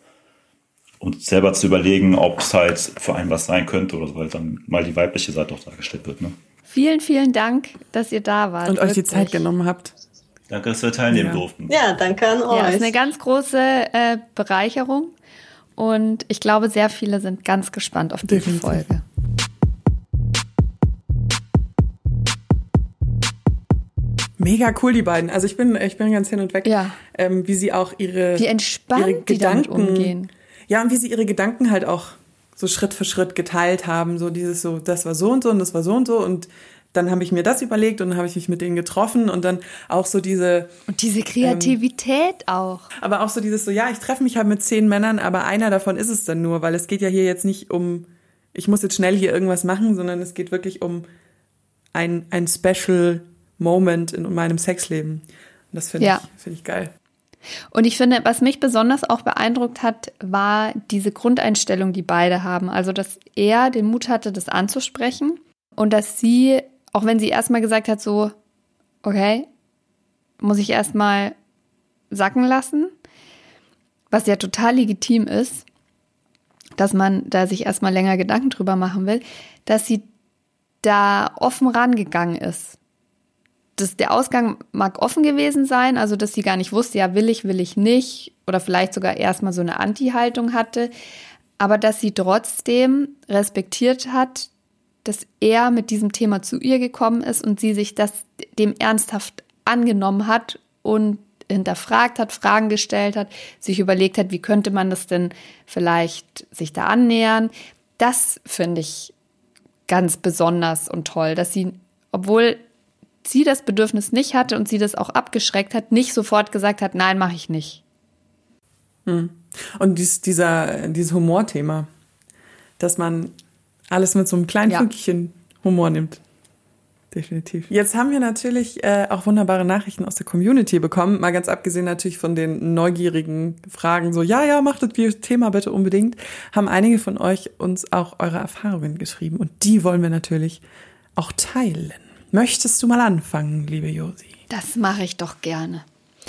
um selber zu überlegen, ob es halt für einen was sein könnte oder so, weil dann mal die weibliche Seite auch dargestellt wird. Ne? Vielen, vielen Dank, dass ihr da wart. Und wirklich. euch die Zeit genommen habt. Danke, dass wir teilnehmen Ja. durften. Ja, danke an euch. Ja, ist eine ganz große äh, Bereicherung und ich glaube, sehr viele sind ganz gespannt auf diese Definitiv. Folge. Mega cool, die beiden. Also ich bin, ich bin ganz hin und weg, Ja. ähm, wie sie auch ihre, Wie entspannt ihre die damit Gedanken umgehen. Ja, und wie sie ihre Gedanken halt auch so Schritt für Schritt geteilt haben. So dieses so, das war so und so und das war so und so und dann habe ich mir das überlegt und dann habe ich mich mit denen getroffen und dann auch so diese, Und diese Kreativität ähm, auch. aber auch so dieses so, ja, ich treffe mich halt mit zehn Männern, aber einer davon ist es dann nur, weil es geht ja hier jetzt nicht um, ich muss jetzt schnell hier irgendwas machen, sondern es geht wirklich um ein, ein Special Moment in meinem Sexleben. Und das finde Ja. ich, finde ich geil. Und ich finde, was mich besonders auch beeindruckt hat, war diese Grundeinstellung, die beide haben. Also, dass er den Mut hatte, das anzusprechen und dass sie, auch wenn sie erstmal gesagt hat, so, okay, muss ich erstmal sacken lassen, was ja total legitim ist, dass man da sich erstmal länger Gedanken drüber machen will, dass sie da offen rangegangen ist. Das, der Ausgang mag offen gewesen sein, also dass sie gar nicht wusste, ja, will ich, will ich nicht, oder vielleicht sogar erstmal so eine Anti-Haltung hatte, aber dass sie trotzdem respektiert hat, dass er mit diesem Thema zu ihr gekommen ist und sie sich das dem ernsthaft angenommen hat und hinterfragt hat, Fragen gestellt hat, sich überlegt hat, wie könnte man das denn vielleicht sich da annähern. Das finde ich ganz besonders und toll, dass sie, obwohl sie das Bedürfnis nicht hatte und sie das auch abgeschreckt hat, nicht sofort gesagt hat, nein, mache ich nicht. Hm. Und dies, dieser, dieses Humorthema, dass man alles mit so einem kleinen Ja. Fünkchen Humor nimmt. Definitiv. Jetzt haben wir natürlich äh, auch wunderbare Nachrichten aus der Community bekommen, mal ganz abgesehen natürlich von den neugierigen Fragen, so ja, ja, macht das Thema bitte unbedingt, haben einige von euch uns auch eure Erfahrungen geschrieben und die wollen wir natürlich auch teilen. Möchtest du mal anfangen, liebe Josi? Das mache ich doch gerne.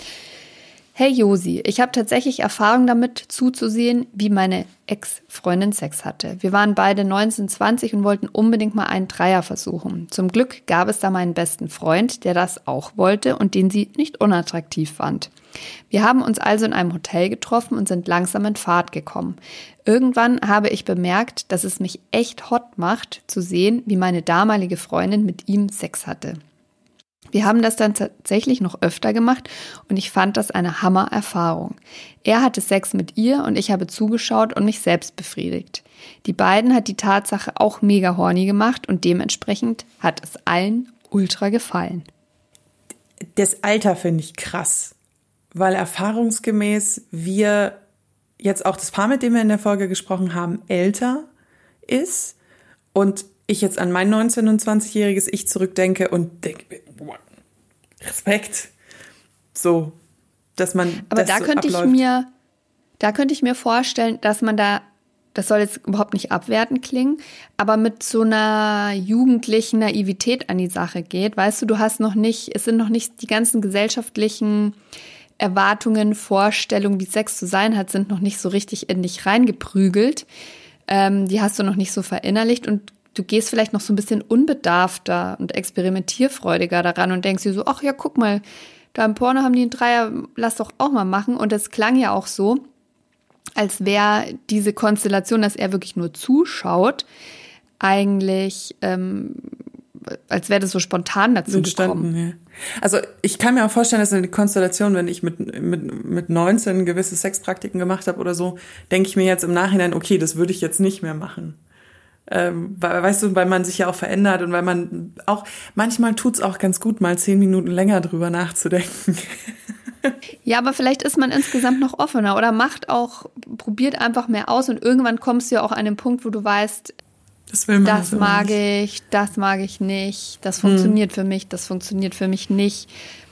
Hey Josi, ich habe tatsächlich Erfahrung damit zuzusehen, wie meine Ex-Freundin Sex hatte. Wir waren beide neunzehn, zwanzig und wollten unbedingt mal einen Dreier versuchen. Zum Glück gab es da meinen besten Freund, der das auch wollte und den sie nicht unattraktiv fand. Wir haben uns also in einem Hotel getroffen und sind langsam in Fahrt gekommen. Irgendwann habe ich bemerkt, dass es mich echt hot macht, zu sehen, wie meine damalige Freundin mit ihm Sex hatte. Wir haben das dann tatsächlich noch öfter gemacht und ich fand das eine Hammer-Erfahrung. Er hatte Sex mit ihr und ich habe zugeschaut und mich selbst befriedigt. Die beiden hat die Tatsache auch mega horny gemacht und dementsprechend hat es allen ultra gefallen. Das Alter finde ich krass, weil erfahrungsgemäß wir jetzt auch das Paar, mit dem wir in der Folge gesprochen haben, älter ist und ich jetzt an mein neunzehn- und zwanzigjähriges Ich zurückdenke und denke, boah, Respekt. So, dass man Aber das da so könnte abläuft. ich mir, da könnte ich mir vorstellen, dass man da, das soll jetzt überhaupt nicht abwertend klingen, aber mit so einer jugendlichen Naivität an die Sache geht. Weißt du, du hast noch nicht, es sind noch nicht die ganzen gesellschaftlichen Erwartungen, Vorstellungen, wie Sex zu sein hat, sind noch nicht so richtig in dich reingeprügelt. Ähm, die hast du noch nicht so verinnerlicht und du gehst vielleicht noch so ein bisschen unbedarfter und experimentierfreudiger daran und denkst dir so, ach ja, guck mal, da im Porno haben die einen Dreier, lass doch auch mal machen. Und es klang ja auch so, als wäre diese Konstellation, dass er wirklich nur zuschaut, eigentlich, ähm, als wäre das so spontan dazu entstanden, gekommen. ja. Also ich kann mir auch vorstellen, dass in der Konstellation, wenn ich mit, mit, mit neunzehn gewisse Sexpraktiken gemacht habe oder so, denke ich mir jetzt im Nachhinein, okay, das würde ich jetzt nicht mehr machen. Ähm, weil, weißt du, weil man sich ja auch verändert und weil man auch, manchmal tut's auch ganz gut, mal zehn Minuten länger drüber nachzudenken. Ja, aber vielleicht ist man insgesamt noch offener oder macht auch, probiert einfach mehr aus und irgendwann kommst du ja auch an den Punkt, wo du weißt, Das will man das also mag nicht. ich, das mag ich nicht, das funktioniert für mich, das funktioniert für mich nicht.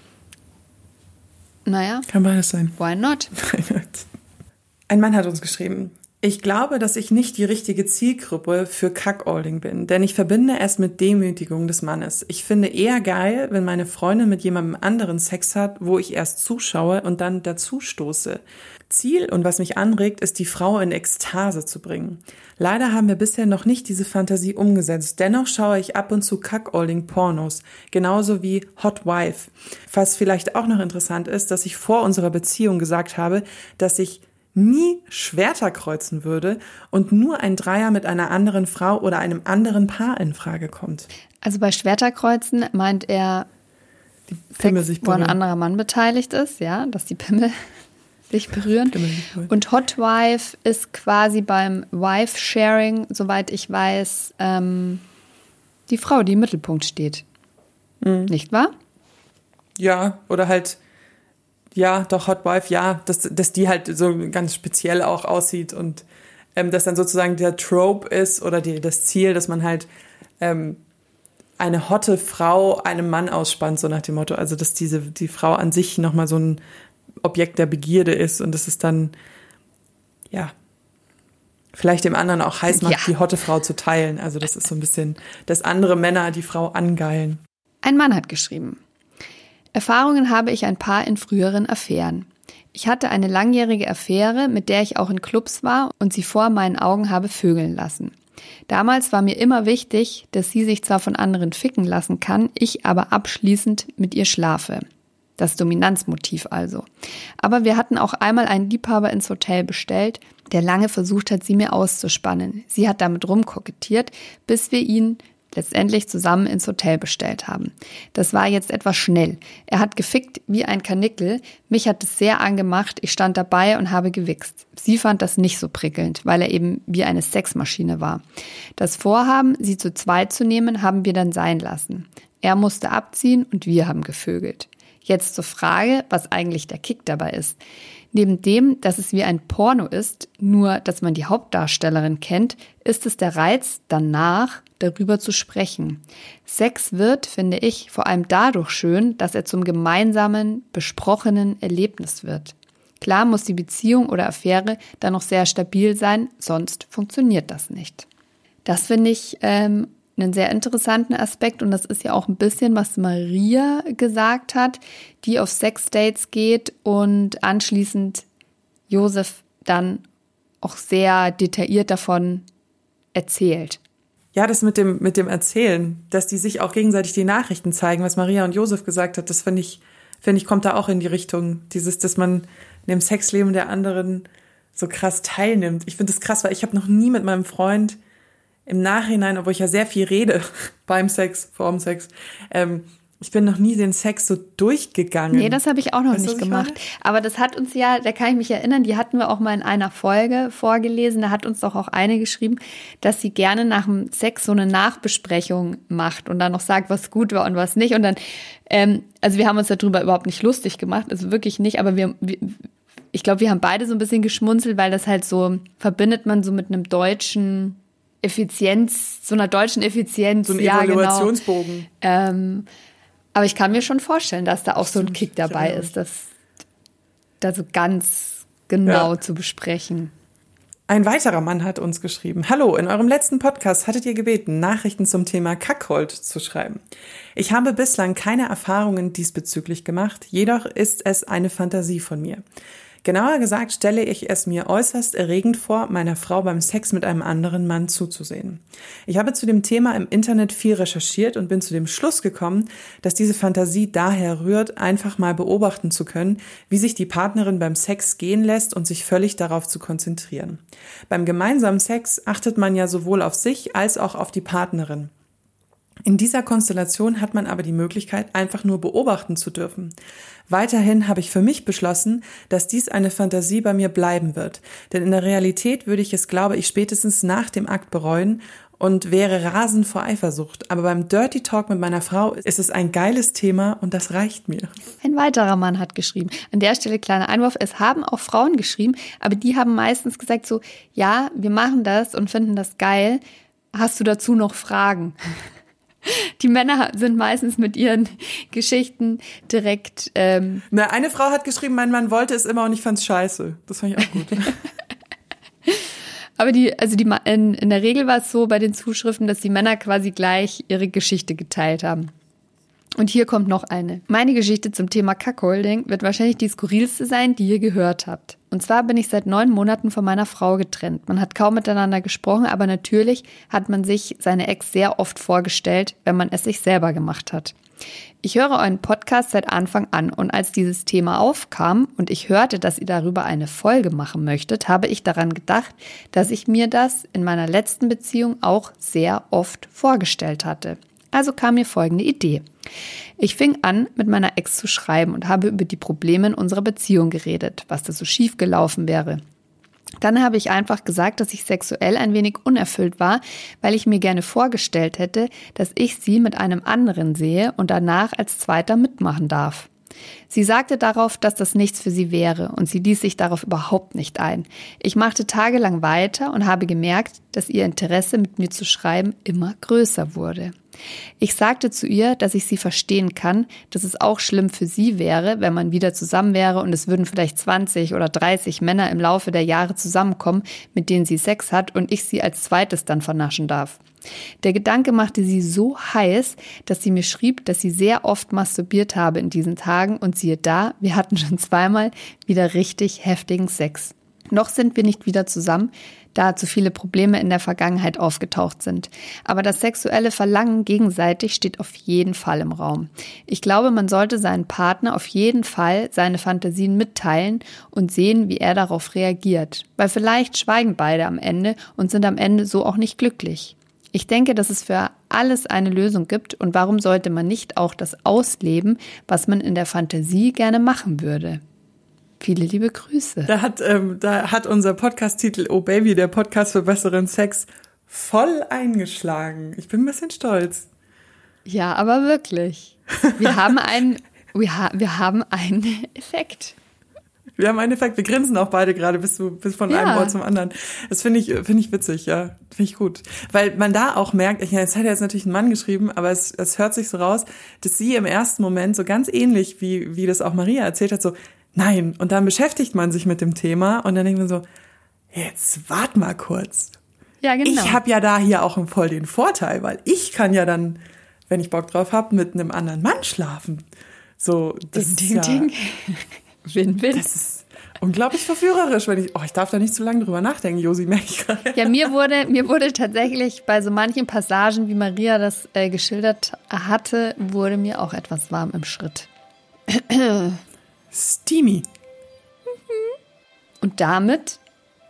Naja, Kann beides sein. why not? Ein Mann hat uns geschrieben: Ich glaube, dass ich nicht die richtige Zielgruppe für Cuckolding bin, denn ich verbinde es mit Demütigung des Mannes. Ich finde eher geil, wenn meine Freundin mit jemandem anderen Sex hat, wo ich erst zuschaue und dann dazu stoße. Ziel und was mich anregt, ist, die Frau in Ekstase zu bringen. Leider haben wir bisher noch nicht diese Fantasie umgesetzt. Dennoch schaue ich ab und zu Cuckolding-Pornos, genauso wie Hot Wife. Was vielleicht auch noch interessant ist, dass ich vor unserer Beziehung gesagt habe, dass ich nie Schwerter kreuzen würde und nur ein Dreier mit einer anderen Frau oder einem anderen Paar in Frage kommt. Also bei Schwerterkreuzen meint er, Pimmel Sex, sich wo ein berühren. anderer Mann beteiligt ist, ja, dass die Pimmel sich berühren. Pimmel sich berühren. Und Hot Wife ist quasi beim Wife-Sharing, soweit ich weiß, ähm, die Frau, die im Mittelpunkt steht. Mhm. Nicht wahr? Ja, oder halt, ja, doch, Hot Wife, ja, dass, dass die halt so ganz speziell auch aussieht und ähm, dass dann sozusagen der Trope ist oder die, das Ziel, dass man halt ähm, eine hotte Frau einem Mann ausspannt, so nach dem Motto, also dass diese die Frau an sich nochmal so ein Objekt der Begierde ist und dass es dann, ja, vielleicht dem anderen auch heiß macht, ja. die hotte Frau zu teilen. Also das ist so ein bisschen, dass andere Männer die Frau angeilen. Ein Mann hat geschrieben: Erfahrungen habe ich ein paar in früheren Affären. Ich hatte eine langjährige Affäre, mit der ich auch in Clubs war und sie vor meinen Augen habe vögeln lassen. Damals war mir immer wichtig, dass sie sich zwar von anderen ficken lassen kann, ich aber abschließend mit ihr schlafe. Das Dominanzmotiv also. Aber wir hatten auch einmal einen Liebhaber ins Hotel bestellt, der lange versucht hat, sie mir auszuspannen. Sie hat damit rumkokettiert, bis wir ihn letztendlich zusammen ins Hotel bestellt haben. Das war jetzt etwas schnell. Er hat gefickt wie ein Karnickel. Mich hat es sehr angemacht. Ich stand dabei und habe gewichst. Sie fand das nicht so prickelnd, weil er eben wie eine Sexmaschine war. Das Vorhaben, sie zu zweit zu nehmen, haben wir dann sein lassen. Er musste abziehen und wir haben gevögelt. Jetzt zur Frage, was eigentlich der Kick dabei ist. Neben dem, dass es wie ein Porno ist, nur dass man die Hauptdarstellerin kennt, ist es der Reiz, danach darüber zu sprechen. Sex wird, finde ich, vor allem dadurch schön, dass er zum gemeinsamen, besprochenen Erlebnis wird. Klar muss die Beziehung oder Affäre dann noch sehr stabil sein, sonst funktioniert das nicht. Das finde ich ähm, einen sehr interessanten Aspekt und das ist ja auch ein bisschen, was Maria gesagt hat, die auf Sexdates geht und anschließend Josef dann auch sehr detailliert davon erzählt. Ja, das mit dem, mit dem Erzählen, dass die sich auch gegenseitig die Nachrichten zeigen, was Maria und Josef gesagt hat, das finde ich, finde ich, kommt da auch in die Richtung. Dieses, dass man in dem Sexleben der anderen so krass teilnimmt. Ich finde das krass, weil ich habe noch nie mit meinem Freund im Nachhinein, obwohl ich ja sehr viel rede beim Sex, vor dem Sex, ähm, ich bin noch nie den Sex so durchgegangen. Nee, das habe ich auch noch weißt nicht gemacht. Meine? Aber das hat uns ja, da kann ich mich erinnern, die hatten wir auch mal in einer Folge vorgelesen. Da hat uns doch auch eine geschrieben, dass sie gerne nach dem Sex so eine Nachbesprechung macht und dann noch sagt, was gut war und was nicht. Und dann, ähm, also wir haben uns darüber überhaupt nicht lustig gemacht, also wirklich nicht. Aber wir, wir ich glaube, wir haben beide so ein bisschen geschmunzelt, weil das halt so, verbindet man so mit einem deutschen Effizienz, so einer deutschen Effizienz. So ein ja, Evaluationsbogen. Genau. Ähm, Aber ich kann mir schon vorstellen, dass da auch so ein Kick dabei ist, das da so ganz genau ja. zu besprechen. Ein weiterer Mann hat uns geschrieben: Hallo, in eurem letzten Podcast hattet ihr gebeten, Nachrichten zum Thema Kackhold zu schreiben. Ich habe bislang keine Erfahrungen diesbezüglich gemacht, jedoch ist es eine Fantasie von mir. Genauer gesagt stelle ich es mir äußerst erregend vor, meiner Frau beim Sex mit einem anderen Mann zuzusehen. Ich habe zu dem Thema im Internet viel recherchiert und bin zu dem Schluss gekommen, dass diese Fantasie daher rührt, einfach mal beobachten zu können, wie sich die Partnerin beim Sex gehen lässt und sich völlig darauf zu konzentrieren. Beim gemeinsamen Sex achtet man ja sowohl auf sich als auch auf die Partnerin. In dieser Konstellation hat man aber die Möglichkeit, einfach nur beobachten zu dürfen. Weiterhin habe ich für mich beschlossen, dass dies eine Fantasie bei mir bleiben wird. Denn in der Realität würde ich es, glaube ich, spätestens nach dem Akt bereuen und wäre rasend vor Eifersucht. Aber beim Dirty Talk mit meiner Frau ist es ein geiles Thema und das reicht mir. Ein weiterer Mann hat geschrieben. An der Stelle kleiner Einwurf, es haben auch Frauen geschrieben, aber die haben meistens gesagt so, ja, wir machen das und finden das geil. Hast du dazu noch Fragen? Die Männer sind meistens mit ihren Geschichten direkt... Ähm Na, eine Frau hat geschrieben, mein Mann wollte es immer und ich fand's scheiße. Das fand ich auch gut. Aber die, also die, in, in der Regel war es so bei den Zuschriften, dass die Männer quasi gleich ihre Geschichte geteilt haben. Und hier kommt noch eine. Meine Geschichte zum Thema Cuckolding wird wahrscheinlich die skurrilste sein, die ihr gehört habt. Und zwar bin ich seit neun Monaten von meiner Frau getrennt. Man hat kaum miteinander gesprochen, aber natürlich hat man sich seine Ex sehr oft vorgestellt, wenn man es sich selber gemacht hat. Ich höre euren Podcast seit Anfang an und als dieses Thema aufkam und ich hörte, dass ihr darüber eine Folge machen möchtet, habe ich daran gedacht, dass ich mir das in meiner letzten Beziehung auch sehr oft vorgestellt hatte. Also kam mir folgende Idee. Ich fing an, mit meiner Ex zu schreiben und habe über die Probleme in unserer Beziehung geredet, was da so schief gelaufen wäre. Dann habe ich einfach gesagt, dass ich sexuell ein wenig unerfüllt war, weil ich mir gerne vorgestellt hätte, dass ich sie mit einem anderen sehe und danach als Zweiter mitmachen darf. Sie sagte darauf, dass das nichts für sie wäre und sie ließ sich darauf überhaupt nicht ein. Ich machte tagelang weiter und habe gemerkt, dass ihr Interesse mit mir zu schreiben immer größer wurde. Ich sagte zu ihr, dass ich sie verstehen kann, dass es auch schlimm für sie wäre, wenn man wieder zusammen wäre und es würden vielleicht zwanzig oder dreißig Männer im Laufe der Jahre zusammenkommen, mit denen sie Sex hat und ich sie als zweites dann vernaschen darf. Der Gedanke machte sie so heiß, dass sie mir schrieb, dass sie sehr oft masturbiert habe in diesen Tagen und siehe da, wir hatten schon zweimal wieder richtig heftigen Sex. Noch sind wir nicht wieder zusammen, da zu viele Probleme in der Vergangenheit aufgetaucht sind. Aber das sexuelle Verlangen gegenseitig steht auf jeden Fall im Raum. Ich glaube, man sollte seinen Partner auf jeden Fall seine Fantasien mitteilen und sehen, wie er darauf reagiert. Weil vielleicht schweigen beide am Ende und sind am Ende so auch nicht glücklich. Ich denke, dass es für alles eine Lösung gibt und warum sollte man nicht auch das ausleben, was man in der Fantasie gerne machen würde? Viele liebe Grüße. Da hat, ähm, da hat unser Podcast-Titel Oh Baby, der Podcast für besseren Sex, voll eingeschlagen. Ich bin ein bisschen stolz. Ja, aber wirklich. Wir haben einen, wir, ha- wir haben einen Effekt. Wir haben einen Effekt. Wir grinsen auch beide gerade bis, zu, bis von Ja. einem Ort zum anderen. Das finde ich, finde ich witzig, ja. Finde ich gut. Weil man da auch merkt, ich, jetzt hat er jetzt natürlich ein Mann geschrieben, aber es, es hört sich so raus, dass sie im ersten Moment so ganz ähnlich, wie, wie das auch Maria erzählt hat, so, nein. Und dann beschäftigt man sich mit dem Thema und dann denkt man so, jetzt wart mal kurz. Ja, genau. Ich habe ja da hier auch voll den Vorteil, weil ich kann ja dann, wenn ich Bock drauf habe, mit einem anderen Mann schlafen. So, das Ding, ist ja, ding, ding. Win-win. das ist unglaublich verführerisch, wenn ich, oh, ich darf da nicht zu lange drüber nachdenken, Josi, merke ich gerade. Ja, mir wurde, mir wurde tatsächlich bei so manchen Passagen, wie Maria das äh, geschildert hatte, wurde mir auch etwas warm im Schritt. Steamy. Und damit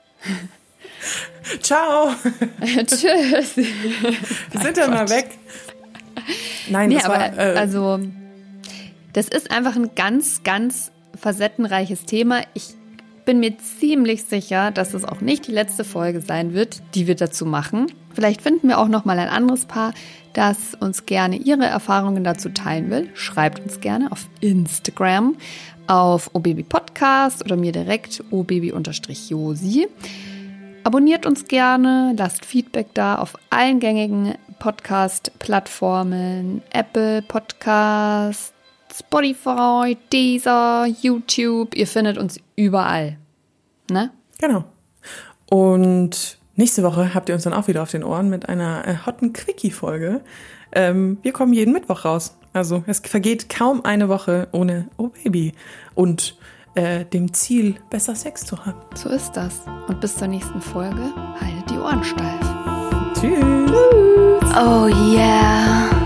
Ciao. tschüss. Wir sind dann mal weg. Nein, Nee, das aber war, äh, also das ist einfach ein ganz, ganz facettenreiches Thema. Ich bin mir ziemlich sicher, dass es auch nicht die letzte Folge sein wird, die wir dazu machen. Vielleicht finden wir auch noch mal ein anderes Paar, das uns gerne ihre Erfahrungen dazu teilen will. Schreibt uns gerne auf Instagram, auf obabypodcast oder mir direkt obaby-josi. Abonniert uns gerne, lasst Feedback da auf allen gängigen Podcast-Plattformen, Apple Podcast, Spotify, Deezer, YouTube. Ihr findet uns überall. Ne? genau. Und nächste Woche habt ihr uns dann auch wieder auf den Ohren mit einer äh, hotten Quickie-Folge. Ähm, wir kommen jeden Mittwoch raus. Also es vergeht kaum eine Woche ohne Oh Baby und äh, dem Ziel, besser Sex zu haben. So ist das. Und bis zur nächsten Folge, haltet die Ohren steif. Tschüss. Oh yeah.